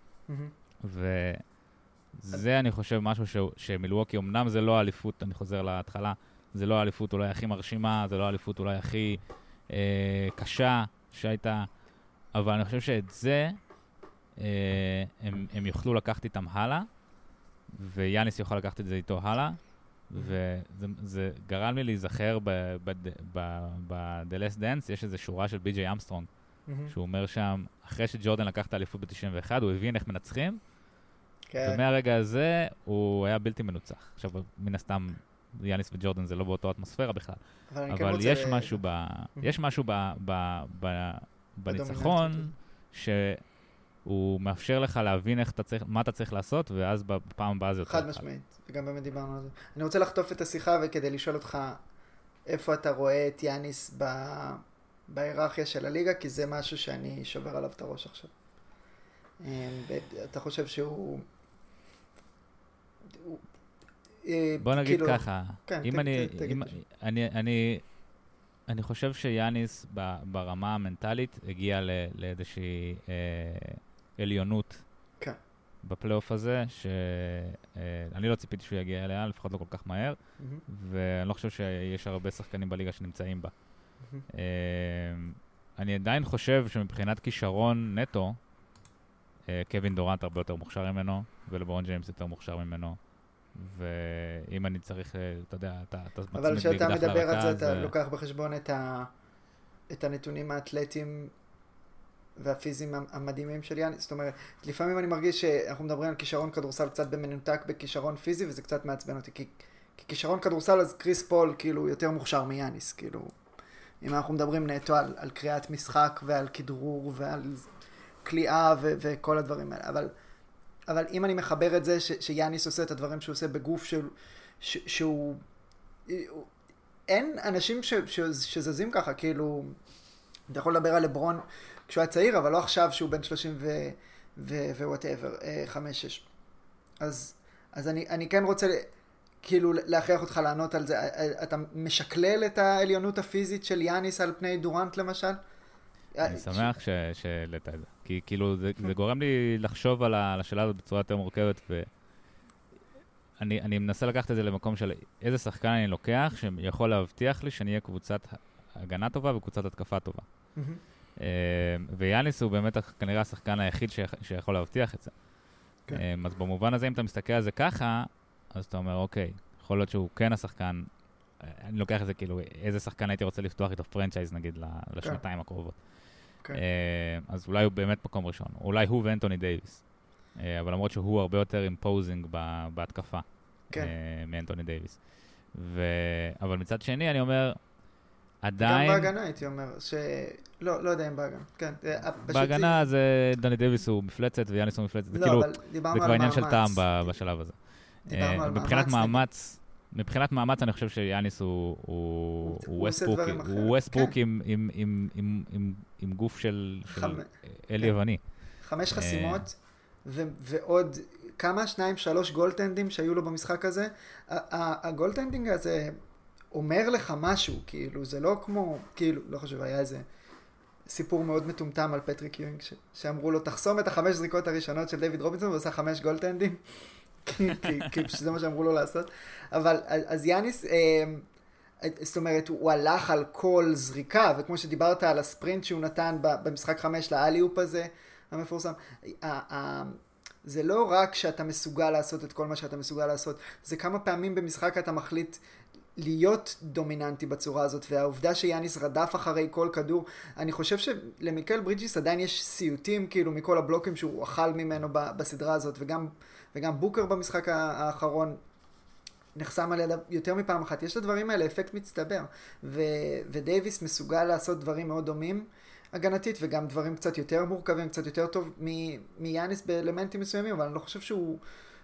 וזה אני חושב משהו שמילווקי, אמנם זה לא האליפות, אני חוזר להתחלה, זה לא האליפות אולי הכי מרשימה, זה לא האליפות אולי הכי קשה שהייתה, אבל אני חושב שאת זה הם יוכלו לקחת איתם הלאה, ויאניס יוכל לקחת את זה איתו הלאה, וזה גרם לי להיזכר ב-The Last Dance, יש איזו שורה של בי.ג'יי אמסטרונג, שהוא אומר שם, אחרי שג'ורדן לקח את האליפות ב-91, הוא הבין איך מנצחים, ומהרגע הזה הוא היה בלתי מנוצח. עכשיו, מן הסתם, יאניס וג'ורדן זה לא באותו אטמוספירה בכלל. אבל יש משהו בניצחון שהוא מאפשר לך להבין מה אתה צריך לעשות, ואז בפעם הבאה זה יותר חד משמעית, וגם באמת דיברנו על זה. אני רוצה לחטוף את השיחה וכדי לשאול אותך איפה אתה רואה את יאניס בהיררכיה של הליגה, כי זה משהו שאני שובר עליו את הראש עכשיו. אתה חושב שהוא... בוא נגיד ככה, אני חושב שיאניס ברמה המנטלית הגיע לאיזושהי עליונות בפלייאוף הזה, שאני לא ציפיתי שהוא יגיע אליה, לפחות לא כל כך מהר, ואני לא חושב שיש הרבה שחקנים בליגה שנמצאים בה. אני עדיין חושב שמבחינת כישרון נטו, קווין דורנט הרבה יותר מוכשר ממנו, ולברון ג'יימס יותר מוכשר ממנו. ואם אני צריך, אתה יודע, אתה מצמיד אבל כשאתה מדבר על זה, אתה לוקח בחשבון את הנתונים האתלטיים והפיזיים המדהימים של יאניס. זאת אומרת, לפעמים אני מרגיש שאנחנו מדברים על כישרון כדורסל קצת במנותק בכישרון פיזי, וזה קצת מעצבן אותי, כי כישרון כדורסל אז קריס פול כאילו יותר מוכשר מיאניס, כאילו, אם אנחנו מדברים נטו על קריאת משחק ועל כדרור ועל קליעה וכל הדברים האלה, אבל אם אני מחבר את זה שיאניס עושה את הדברים שהוא עושה בגוף שהוא... אין אנשים שזזים ככה, כאילו, אתה יכול לדבר על לברון כשהוא היה צעיר, אבל לא עכשיו שהוא בן 30 ווואטאבר, 5-6. אז אני כן רוצה כאילו להכריח אותך לענות על זה. אתה משקלל את העליונות הפיזית של יאניס על פני דורנט למשל? אני שמח שהעלית את זה. כי כאילו זה גורם לי לחשוב על השאלה הזאת בצורה יותר מורכבת, ואני מנסה לקחת את זה למקום של איזה שחקן אני לוקח שיכול להבטיח לי שאני אהיה קבוצת הגנה טובה וקבוצת התקפה טובה. ויאניס הוא באמת כנראה השחקן היחיד שיכול להבטיח את זה. אז במובן הזה, אם אתה מסתכל על זה ככה, אז אתה אומר, אוקיי, יכול להיות שהוא כן השחקן, אני לוקח את זה כאילו, איזה שחקן הייתי רוצה לפתוח איתו פרנצ'ייז נגיד לשנתיים הקרובות. אז אולי הוא באמת מקום ראשון. אולי הוא ואנטוני דייביס. אבל למרות שהוא הרבה יותר אימפוזינג בהתקפה מאנטוני דייביס. אבל מצד שני אני אומר, עדיין... גם בהגנה הייתי אומר, לא יודע אם בהגנה. כן. בהגנה זה דני דייביס הוא מפלצת ויאניס הוא מפלצת. זה כאילו, זה כבר עניין של טעם בשלב הזה. מבחינת מאמץ אני חושב שיאניס הוא ווסטברוק עם גוף של אל יווני. 5 חסימות ועוד כמה? 2-3 גולטנדים שהיו לו במשחק הזה. הגולטנדינג הזה אומר לך משהו, כאילו זה לא כמו, כאילו לא חושב, היה איזה סיפור מאוד מטומטם על פטריק יואינג שאמרו לו תחסום את 5 זריקות הראשונות של דיוויד רובינסון ועושה 5 גולטנדים. כי שזה מה שאמרו לו לעשות. אבל אז יאניס, זאת אומרת, הוא הלך על כל זריקה, וכמו שדיברת על הספרינט שהוא נתן במשחק 5 לאליופ הזה, המפורסם, זה לא רק שאתה מסוגל לעשות את כל מה שאתה מסוגל לעשות, זה כמה פעמים במשחק אתה מחליט להיות דומיננטי בצורה הזאת, והעובדה שיאניס רדף אחרי כל כדור, אני חושב שלמיקל ברידג'יס עדיין יש סיוטים כאילו מכל הבלוקים שהוא אכל ממנו בסדרה הזאת, וגם בוקר במשחק האחרון נחסם על ידיו יותר מפעם אחת. יש לדברים האלה אפקט מצטבר, ודייביס מסוגל לעשות דברים מאוד דומים הגנתית, וגם דברים קצת יותר מורכבים, קצת יותר טוב מיאניס באלמנטים מסוימים, אבל אני לא חושב שהוא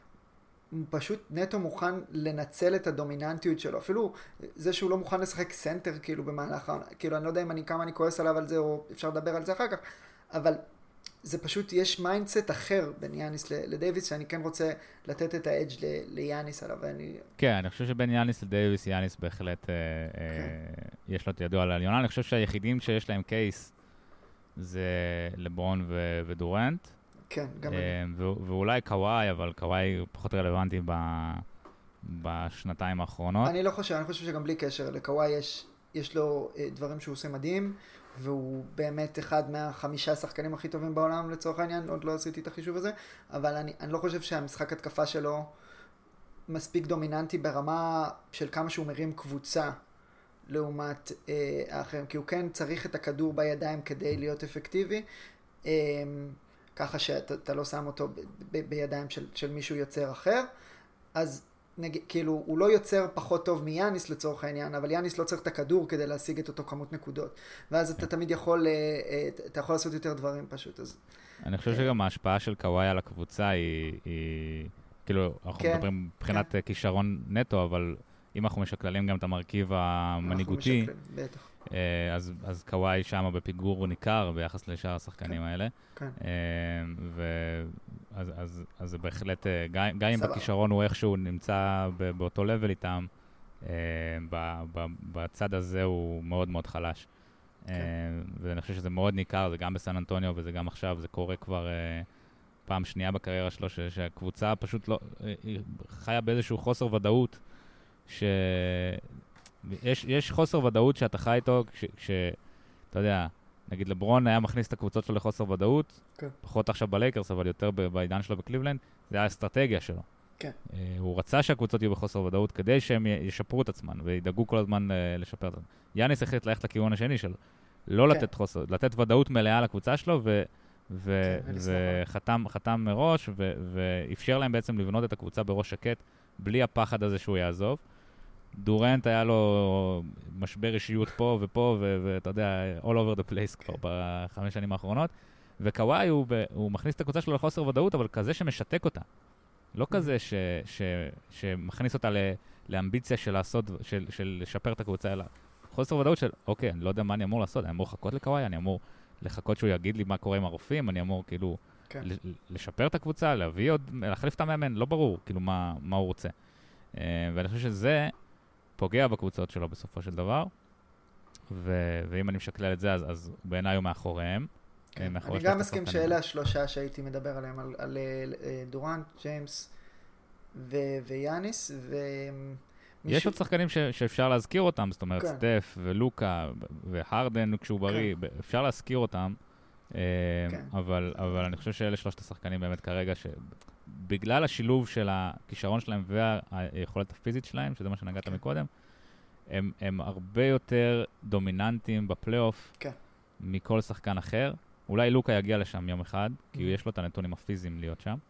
פשוט נטו מוכן לנצל את הדומיננטיות שלו. אפילו זה שהוא לא מוכן לשחק סנטר כאילו במהלך, כאילו אני לא יודע כמה אני כועס עליו על זה, או אפשר לדבר על זה אחר כך, אבל זה פשוט, יש מיינדסט אחר בין יאניס לדייביס, שאני כן רוצה לתת את האדג' ליאניס עליו. כן, אני חושב שבין יאניס לדייביס, יאניס בהחלט יש לו את ידוע על העליונה. אני חושב שהיחידים שיש להם קייס זה לברון ודורנט. כן, גם ואולי קוואי, אבל קוואי פחות רלוונטי בשנתיים האחרונות. אני לא חושב, אני חושב שגם בלי קשר לקוואי יש לו דברים שהוא עושה מדהים, והוא באמת אחד מה5 שחקנים הכי טובים בעולם לצורך העניין, עוד לא עשיתי את החישוב הזה, אבל אני לא חושב שהמשחק התקפה שלו מספיק דומיננטי ברמה של כמה שהוא מרים קבוצה לעומת האחרים, כי הוא כן צריך את הכדור בידיים כדי להיות אפקטיבי. ככה שאתה לא שם אותו בידיים של מישהו יוצר אחר, אז כאילו הוא לא יוצר פחות טוב מיאניס לצורך העניין, אבל יאניס לא צריך את הכדור כדי להשיג את אותו כמות נקודות, ואז אתה תמיד יכול לעשות יותר דברים פשוט. אני חושב שגם ההשפעה של קוואי על הקבוצה היא כאילו, אנחנו מדברים מבחינת כישרון נטו, אבל אם אנחנו משקללים גם את המרכיב המנהיגותי, אז קוואי שם בפיגור ניכר ביחס לשאר השחקנים האלה. אז זה בהחלט, גם אם בכישרון הוא איכשהו נמצא באותו לבל איתם, בצד הזה הוא מאוד מאוד חלש. ואני חושב שזה מאוד ניכר, זה גם בסן אנטוניו וזה גם עכשיו, זה קורה כבר פעם שנייה בקריירה שלו, שהקבוצה פשוט לא, היא חיה באיזשהו חוסר ודאות, יש חוסר ודאות שאתה חי איתו, אתה יודע, נגיד לברון היה מכניס את הקבוצות שלו לחוסר ודאות, פחות עכשיו בלייקרס, אבל יותר בעידן שלו בקליבלנד, זה היה האסטרטגיה שלו. הוא רצה שהקבוצות יהיו בחוסר ודאות, כדי שהם ישפרו את עצמם, וידאגו כל הזמן לשפר את עצמם. יאניס החליט ללכת לכיוון השני שלו, לא לתת חוסר, לתת ודאות מלאה לקבוצה שלו, וחתם מראש, ואפשר להם בעצם לבנות את הקבוצה בראש שקט, בלי הפחד הזה שהוא יעזוב. דורנט היה לו משבר אישיות פה ופה, ואתה יודע, all over the place כבר ב5 שנים האחרונות, וקוואי הוא מכניס את הקבוצה שלו לחוסר ודאות, אבל כזה שמשתק אותה. לא כזה שמכניס אותה לאמביציה של לעשות, של לשפר את הקבוצה, אלא חוסר ודאות של, אוקיי, אני לא יודע מה אני אמור לעשות, אני אמור לחכות לקוואי, אני אמור לחכות שהוא יגיד לי מה קורה עם הרופאים, אני אמור כאילו לשפר את הקבוצה, להביא עוד, להחליף את המאמן, לא ברור כאילו מה הוא רוצה. ואני חושב שזה פוגע בקבוצות שלו בסופו של דבר, ואם אני משקלל את זה, אז בעיניי הוא מאחוריהם. אני גם מסכים שאלה השלושה שהייתי מדבר עליהם, על דורנט, ג'יימס ויאניס, יש עוד שחקנים שאפשר להזכיר אותם, זאת אומרת סטף ולוקה והרדן כשהוא בריא, אפשר להזכיר אותם, אבל אני חושב שאלה שלושת השחקנים באמת כרגע, שבגלל השילוב של הכישרון שלהם והיכולת הפיזית שלהם, שזה מה שנגעת מקודם, הם הרבה יותר דומיננטיים בפלייאוף מכל שחקן אחר. אולי לוקה יגיע לשם יום אחד, כי יש לו את הנתונים הפיזיים להיות שם.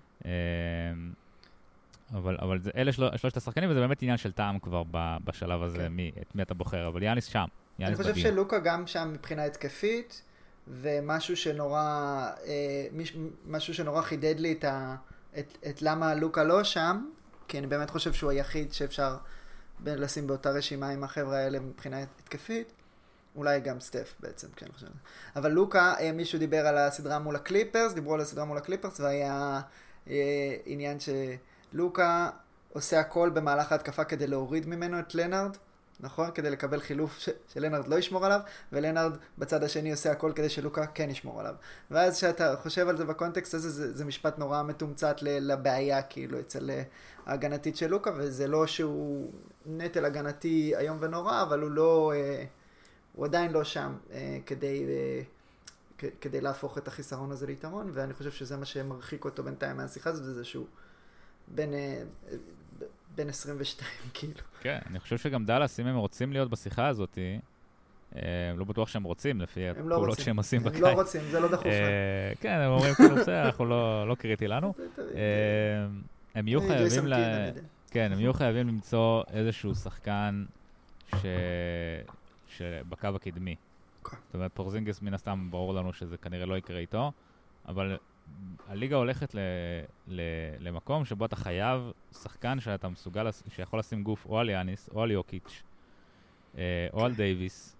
אבל אלה שלושת השחקנים, וזה באמת עניין של טעם כבר בשלב הזה, את מי אתה בוחר, אבל יאניס שם. אני חושב שלוקה גם שם מבחינה התקפית, ומשהו שנורא חידד לי את למה לוקה לא שם, כי אני באמת חושב שהוא היחיד שאפשר לשים באותה רשימה עם החבר'ה האלה מבחינה התקפית, אולי גם סטף בעצם, כשאני חושב. אבל לוקה, מישהו דיבר על הסדרה מול הקליפרס, דיברו על הסדרה מול הקליפרס, והיה עניין שלוקה עושה הכל במהלך ההתקפה כדי להוריד ממנו את לנארד, נכון? כדי לקבל חילוף שלנארד לא ישמור עליו, ולנארד בצד השני עושה הכל כדי שלוקה כן ישמור עליו. ואז כשאתה חושב על זה בקונטקסט הזה, זה משפט נורא מתומצת לבעיה, כאילו, אצל ההגנתית של לוקה, וזה לא שהוא נטל הגנתי היום ונורא, אבל הוא עדיין לא שם כדי להפוך את החיסרון הזה ליתרון, ואני חושב שזה מה שמרחיק אותו בינתיים מהשיחה הזאת, זה שהוא בין 22 כאילו. כן, אני חושב שגם דלס, אם הם רוצים להיות בשיחה הזאת, לא בטוח שהם רוצים, לפי הפעולות שהם עושים בקיץ. הם לא רוצים, זה לא דחוף. כן, הם אומרים כאילו בסדר, אנחנו לא קריטי לנו. הם יהיו חייבים למצוא איזשהו שחקן שבקו הקדמי. זאת אומרת, פורזינגס מן הסתם ברור לנו שזה כנראה לא יקרה איתו, אבל הליגה הולכת למקום שבו אתה חייב שחקן שאתה מסוגל, שיכול לשים גוף או על יאניס, או על יוקיץ', או על דייביס,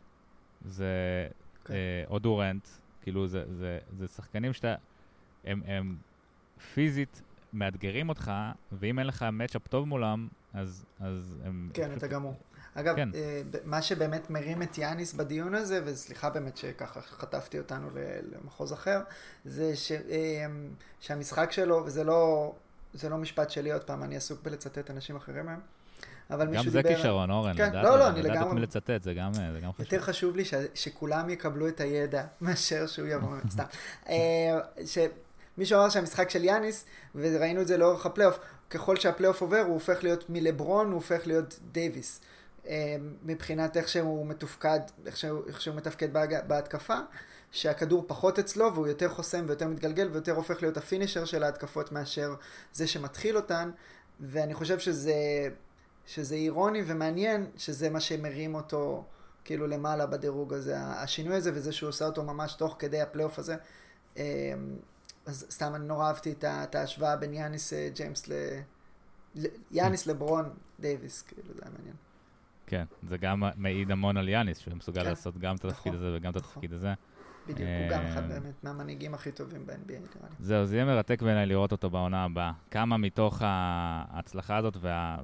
או דורנט, כאילו זה שחקנים הם פיזית מאתגרים אותך, ואם אין לך מצ'אפ טוב מולם, אז הם... כן, אתה גמור. אגב, מה שבאמת מרים את יאניס בדיון הזה, וסליחה באמת שככה חטפתי אותנו למחוז אחר, זה שהמשחק שלו, וזה לא משפט שלי עוד פעם, אני עסוק בלצטט אנשים אחרים מהם, אבל מישהו דיבר... גם זה כישרון, אורן, לדעת את מי לצטט, זה גם חשוב. יותר חשוב לי שכולם יקבלו את הידע, מאשר שהוא יבוא, סתם. מישהו אמר שהמשחק של יאניס, וראינו את זה לאורך הפלייאוף, ככל שהפלייאוף עובר, הוא הופך להיות מלברון, הוא הופך להיות דייביס. מבחינת איך שהוא מתפקד, איך שהוא מתפקד בהתקפה, שהכדור פחות אצלו, והוא יותר חוסם ויותר מתגלגל, ויותר הופך להיות הפינישר של ההתקפות מאשר זה שמתחיל אותן, ואני חושב שזה אירוני ומעניין, שזה מה שמרים אותו כאילו למעלה בדירוג הזה, השינוי הזה, וזה שהוא עושה אותו ממש תוך כדי הפלייאוף הזה. אז סתם אני נורא אהבתי את ההשוואה בין יאניס ג'יימס יאניס לברון דייביס, כאילו זה היה מעניין. כן, זה גם מעיד המון על יאניס, שהוא מסוגל לעשות גם את התפקיד הזה וגם את התפקיד הזה. בדיוק, הוא גם אחד באמת מהמנהיגים הכי טובים ב-NBA, נראה לי. זהו, זה יהיה מרתק בעיניי לראות אותו בעונה הבאה. כמה מתוך ההצלחה הזאת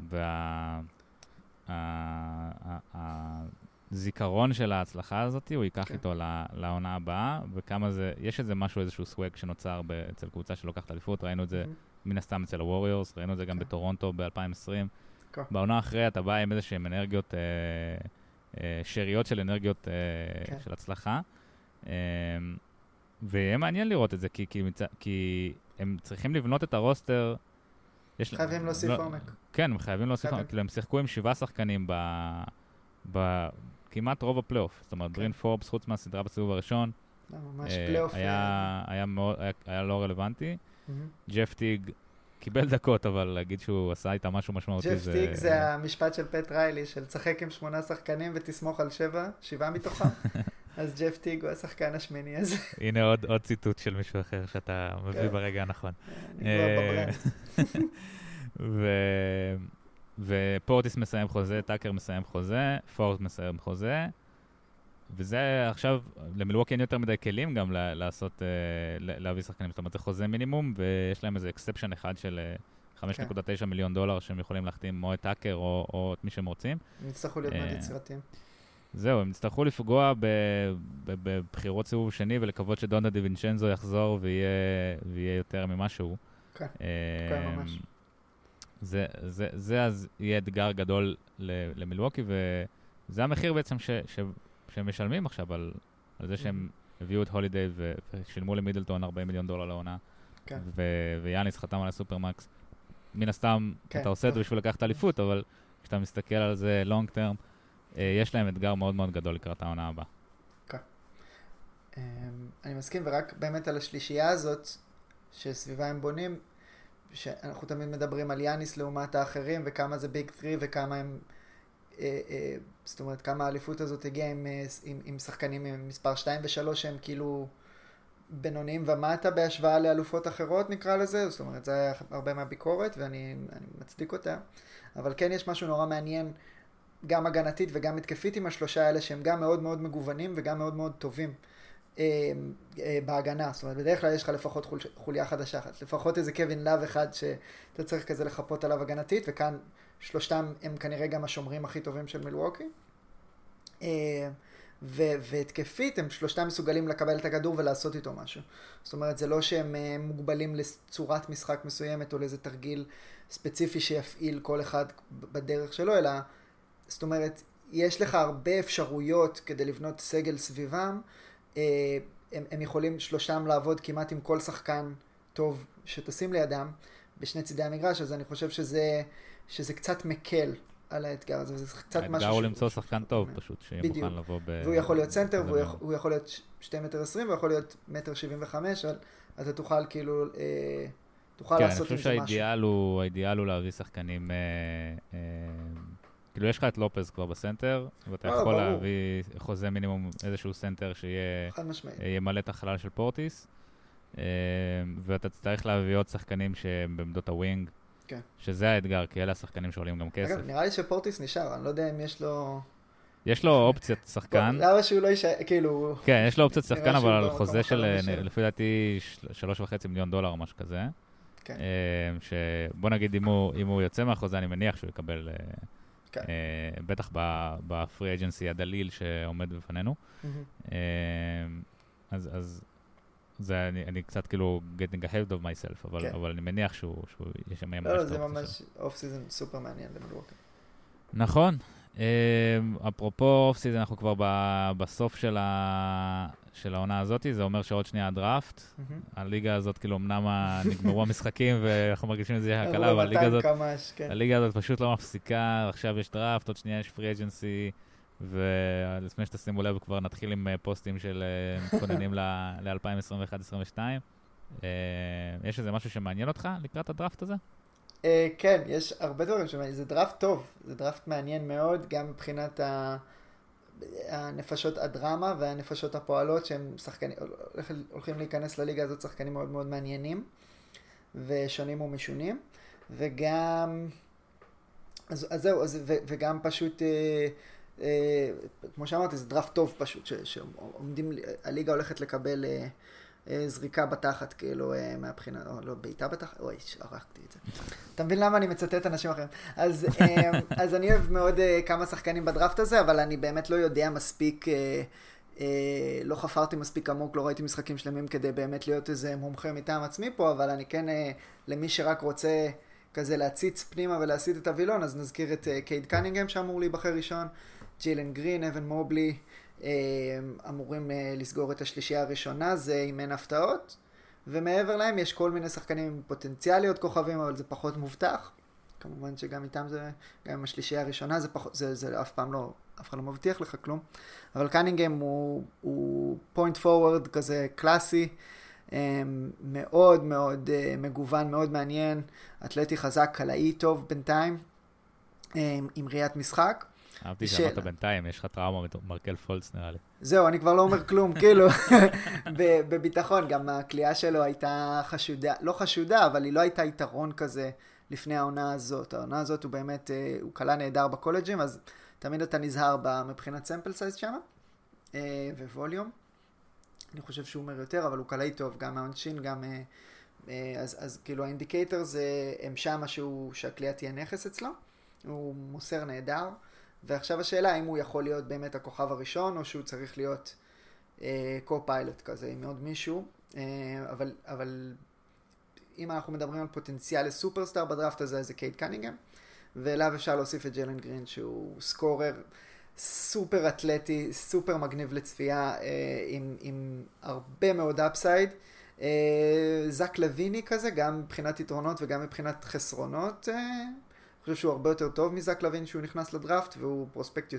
הזיכרון של ההצלחה הזאת, הוא ייקח איתו לעונה הבאה, וכמה זה, יש איזה משהו, איזשהו סווג שנוצר אצל קבוצה שלוקחת אליפות, ראינו את זה מן הסתם אצל הווריורס, ראינו את זה גם בטורונטו ב-2020. בעונה אחרי אתה בא עם איזשהם אנרגיות, שאריות של אנרגיות של הצלחה, ויהיה מעניין לראות את זה, כי הם צריכים לבנות את הרוסטר. חייבים להוסיף עומק. כן, הם חייבים להוסיף עומק, כאילו הם שיחקו עם 7 שחקנים כמעט רוב הפלייאוף. זאת אומרת, ברין פורבס, חוץ מהסדרה בסיבוב הראשון, היה לא רלוונטי. ג'ף טיג קיבל דקות, אבל להגיד שהוא עשה איתה משהו משמעותי. ג'ף טיג זה המשפט של פט ריילי, של צחק עם 8 שחקנים ותסמוך על 7 מתוכם. אז ג'ף טיג הוא השחקן השמיני הזה. הנה עוד ציטוט של מישהו אחר שאתה מביא ברגע הנכון. נגוע בברנד. ופורטיס מסיים חוזה, טאקר מסיים חוזה, פורט מסיים חוזה, וזה עכשיו, למילווקי אין יותר מדי כלים גם להביא שחקנים, זאת אומרת, זה חוזה מינימום, ויש להם איזה אקספשן אחד של 5.9 מיליון דולר שהם יכולים להחתים או את טאקר או את מי שהם רוצים. הם יצטרכו להיות מאוד יצירתיים. זהו, הם יצטרכו לפגוע בבחירות סיבוב שני ולקוות שדונדה דיווינצ'נזו יחזור ויהיה יותר ממשהו. כן, כן, ממש. זה אז יהיה אתגר גדול למילווקי, וזה המחיר בעצם שהם משלמים עכשיו על זה שהם הביאו את הולידיי ושילמו למידלטון 40 מיליון דולר לעונה, ויאניס חתם על הסופרמקס. מן הסתם אתה עושה את זה בשביל לקחת אליפות, אבל כשאתה מסתכל על זה לונג טרם, יש להם אתגר מאוד מאוד גדול לקראת העונה הבאה. כן. אני מסכים, ורק באמת על השלישייה הזאת, שסביבה הם בונים, שאנחנו תמיד מדברים על יאניס לעומת האחרים, וכמה זה ביג 3, וכמה הם, זאת אומרת, כמה האליפות הזאת הגיעה עם שחקנים עם מספר 2 ו-3, שהם כאילו בינוניים ומטה בהשוואה לאלופות אחרות, נקרא לזה, זאת אומרת, זה היה הרבה מהביקורת, ואני מצדיק אותה, אבל כן יש משהו נורא מעניין, גם הגנתית וגם התקפית עם השלושה האלה, שהם גם מאוד מאוד מגוונים, וגם מאוד מאוד טובים. בהגנה, זאת אומרת, בדרך כלל יש לך לפחות חוליה חדשה אחת, לפחות איזה קווין לב אחד שאתה צריך כזה לחפות עליו הגנתית, וכאן שלושתם הם כנראה גם השומרים הכי טובים של מילווקי, והתקפית הם שלושתם מסוגלים לקבל את הכדור ולעשות איתו משהו, זאת אומרת, זה לא שהם מוגבלים לצורת משחק מסוימת או לאיזה תרגיל ספציפי שיפעיל כל אחד בדרך שלו, אלא, זאת אומרת, יש לך הרבה אפשרויות כדי לבנות סגל סביבם, הם יכולים שלושתם לעבוד כמעט עם כל שחקן טוב שתשים לידם בשני צידי המגרש, אז אני חושב שזה קצת מקל על האתגר הזה, זה קצת משהו... האתגר הוא למצוא שחקן טוב פשוט, שיהיה מוכן לבוא והוא יכול להיות סנטר, והוא יכול להיות 2.20 מטר, והוא יכול להיות 1.75 מטר, אז אתה תוכל כאילו, תוכל לעשות עם זה משהו. כן, אני חושב שהאידיאל הוא להביא שחקנים... כאילו יש לך את לופז כבר בסנטר, ואתה יכול להביא חוזה מינימום איזשהו סנטר שיהיה מלא את החלל של פורטיס, ואתה צריך להביא עוד שחקנים שהם בעמדות הווינג, שזה האתגר, כי אלה השחקנים שעולים גם כסף. אגב, נראה לי שפורטיס נשאר, אני לא יודע אם יש לו... יש לו אופציית שחקן. למה שהוא לא יישאר, כאילו... כן, יש לו אופציית שחקן, אבל על חוזה של, לפי דעתי, 3.5 מיליון דולר או משהו כזה. שבוא נגיד, אם הוא יוצא מהחוזה, אני מניח שהוא יקבל... בטח בפרי אג'נסי הדליל שעומד בפנינו. אז זה אני קצת כאילו getting ahead of myself, אבל אני מניח שהוא ישמע ממש טוב. לא, זה ממש אוף סיזן סופר מעניין למילווקי. נכון. אפרופו אוף סיזן, אנחנו כבר בסוף של העונה הזאת, זה אומר שעוד שנייה הדראפט. הליגה הזאת, כאילו, אמנם נגמרו המשחקים, ואנחנו מרגישים את זה הקלה, אבל הליגה הזאת פשוט לא מפסיקה. עכשיו יש דראפט, עוד שנייה יש פרי אג'נסי, ולפני שתשימו לב, כבר נתחיל עם פוסטים של מתכוננים ל-2021-2022. יש איזה משהו שמעניין אותך לקראת הדראפט הזה? כן, יש הרבה דברים שמעניין. זה דראפט טוב, זה דראפט מעניין מאוד, גם מבחינת הנפשות הדרמה והנפשות הפועלות, שהם שחקנים, הולכים להיכנס לליגה הזאת, שחקנים מאוד מאוד מעניינים, ושונים ומשונים, וגם, אז זהו, וגם פשוט, כמו שאמרתי, זה דראפט טוב פשוט, שעומדים, הליגה הולכת לקבל זריקה בתחת, כאילו, מהבחינה, או לא, בעיטה בתחת, אוי, שרקתי את זה. אתה מבין למה אני מצטט אנשים אחרים? אז אני אוהב מאוד כמה שחקנים בדראפט הזה, אבל אני באמת לא יודע מספיק, לא חפרתי מספיק עמוק, לא ראיתי משחקים שלמים כדי באמת להיות איזה מומחה מטעם עצמי פה, אבל אני כן, למי שרק רוצה כזה להציץ פנימה ולהסיט את הווילון, אז נזכיר את קייד קנינגהם שאמור להיבחר ראשון, ג'יילן גרין, אבן מובלי, אמורים לסגור את השלישייה הראשונה, זה אם אין הפתעות, ומעבר להם יש כל מיני שחקנים עם פוטנציאליות כוכבים, אבל זה פחות מובטח. כמובן שגם איתם זה, גם עם השלישייה הראשונה, זה אף פעם לא, אף אחד לא מבטיח לך כלום. אבל קנינגהם הוא פוינט פורוורד כזה קלאסי, מאוד מאוד מגוון, מאוד מעניין, אתלטי חזק, קלעי טוב בינתיים, עם ראיית משחק. אהבתי שאמרת בינתיים, יש לך טראומה מרקל פולץ נראה לי. זהו, אני כבר לא אומר כלום, כאילו, בביטחון, גם הקליעה שלו הייתה חשודה, לא חשודה, אבל היא לא הייתה יתרון כזה לפני העונה הזאת. העונה הזאת הוא באמת, הוא קלה נהדר בקולג'ים, אז תמיד אתה נזהר מבחינת סמפל סייז שם, וווליום. אני חושב שהוא אומר יותר, אבל הוא קלעי טוב, גם העונשין, גם, אז כאילו האינדיקטור זה, הם שמה שהקליעה תהיה נכס אצלו, הוא מוסר נהדר, ועכשיו השאלה האם הוא יכול להיות באמת הכוכב הראשון, או שהוא צריך להיות קו-פיילוט כזה, עם עוד מישהו, אבל אם אנחנו מדברים על פוטנציאל לסופרסטאר בדראפט הזה, אז זה קייד קנינגהם, ואליו אפשר להוסיף את ג'יילן גרין, שהוא סקורר סופר אתלטי, סופר מגניב לצפייה, עם הרבה מאוד אפסייד, זק לויני כזה, גם מבחינת יתרונות וגם מבחינת חסרונות, אני חושב שהוא הרבה יותר טוב מזק לוין שהוא נכנס לדראפט, והוא פרוספקט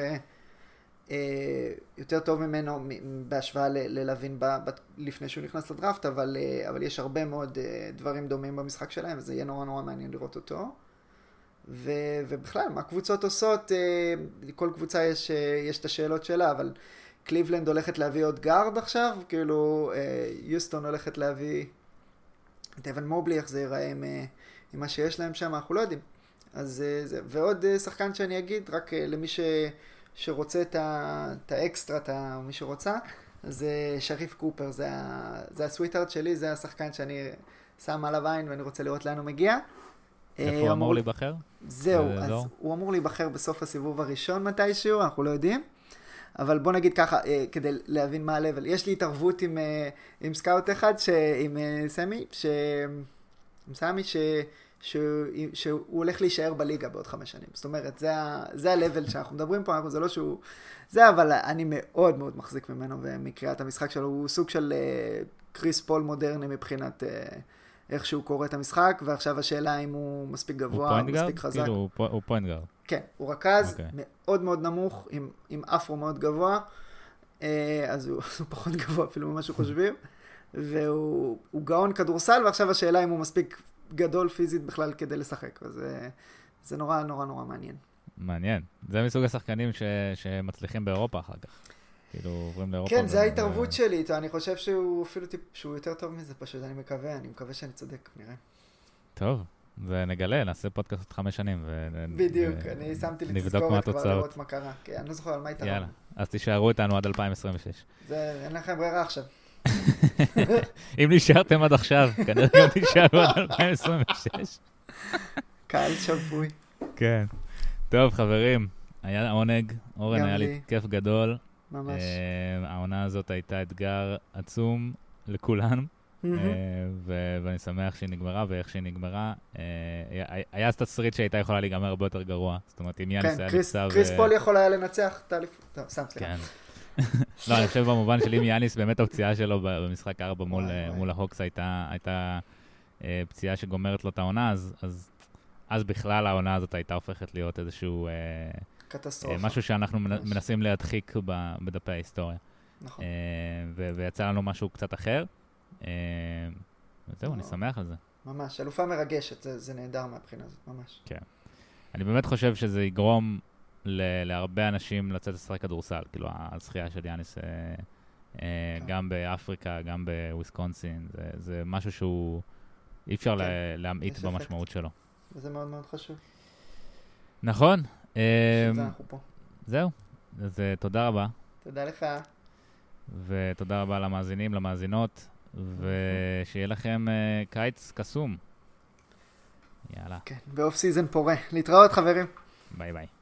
יותר טוב ממנו בהשוואה ללוין לפני שהוא נכנס לדראפט, אבל יש הרבה מאוד דברים דומים במשחק שלהם, וזה יהיה נורא נורא מעניין לראות אותו. ובכלל, מה קבוצות עושות? לכל קבוצה יש את השאלות שלה, אבל קליבלנד הולכת להביא עוד גארד עכשיו, כאילו יוסטון הולכת להביא את אבן מובלי, איך זה ייראה עם מה שיש להם שם, אנחנו לא יודעים. אז זה, ועוד שחקן שאני אגיד, רק למי שרוצה את האקסטרה, מי שרוצה, אז שריף קופר, זה הסוויטארט שלי, זה השחקן שאני שם עליו עין ואני רוצה לראות לאן הוא מגיע. איפה הוא אמור להיבחר? זהו, אז הוא אמור להיבחר בסוף הסיבוב הראשון מתישהו, אנחנו לא יודעים. אבל בוא נגיד ככה, כדי להבין מה הלבל. יש לי התערבות עם סקאוט אחד, עם סמי, שהוא הולך להישאר בליגה בעוד 5 שנים. זאת אומרת, זה הלבל שאנחנו מדברים פה, זה לא שהוא... זה, אבל אני מאוד מאוד מחזיק ממנו, ומקריאת המשחק שלו הוא סוג של קריס פול מודרני מבחינת איך שהוא קורא את המשחק, ועכשיו השאלה אם הוא מספיק גבוה, מספיק חזק. כאילו, הוא פוינט גארד. כן, הוא רכז מאוד מאוד נמוך, עם אפרו מאוד גבוה, אז הוא פחות גבוה אפילו ממה שחושבים, והוא גאון כדורסל, ועכשיו השאלה אם הוא מספיק גדול פיזית בכלל כדי לשחק, וזה נורא נורא נורא מעניין. מעניין. זה מסוג השחקנים שמצליחים באירופה אחר כך. כאילו עוברים לאירופה. כן, זה ההתערבות שלי איתו, אני חושב שהוא אפילו שהוא יותר טוב מזה פשוט, אני מקווה שאני צודק, נראה. טוב, ונגלה, נעשה פודקאסט עוד 5 שנים. בדיוק, אני שמתי לי תזכורת כבר לראות מה קרה, כי אני לא זוכר על מה התערב. יאללה, אז תישארו איתנו עד 2026. אין לכם ברירה עכשיו. אם נשארתם עד עכשיו, כנראה גם תישארו עד 2026. קהל שבוי. כן. טוב, חברים, היה עונג, אורן, היה לי כיף גדול. ממש. העונה הזאת הייתה אתגר עצום לכולנו, ואני שמח שהיא נגמרה, ואיך שהיא נגמרה, היה תסריט שהייתה יכולה להיגמר הרבה יותר גרוע, זאת אומרת, אם יאניס היה ניצב... קריס פול יכול היה לנצח את האליפות. טוב, סליחה. כן. לא, אני חושב במובן שלי, אם יאניס באמת הפציעה שלו במשחק 4 מול ההוקס הייתה פציעה שגומרת לו את העונה, אז בכלל העונה הזאת הייתה הופכת להיות איזשהו קטסטרופה. משהו שאנחנו מנסים להדחיק בדפי ההיסטוריה. נכון. ויצא לנו משהו קצת אחר. וזהו, אני שמח על זה. ממש, אלופה מרגשת, זה נהדר מהבחינה הזאת, ממש. כן. אני באמת חושב שזה יגרום להרבה אנשים לצאת לשחק כדורסל, כאילו הזכייה של יאניס גם באפריקה, גם בוויסקונסין, זה משהו שהוא אי אפשר להמעיט במשמעות שלו. וזה מאוד מאוד חשוב. נכון. שזה אנחנו פה. זהו, אז תודה רבה. תודה לך. ותודה רבה למאזינים, למאזינות, ושיהיה לכם קיץ קסום. יאללה. כן, באוף סיזן פורה. להתראות חברים. ביי ביי.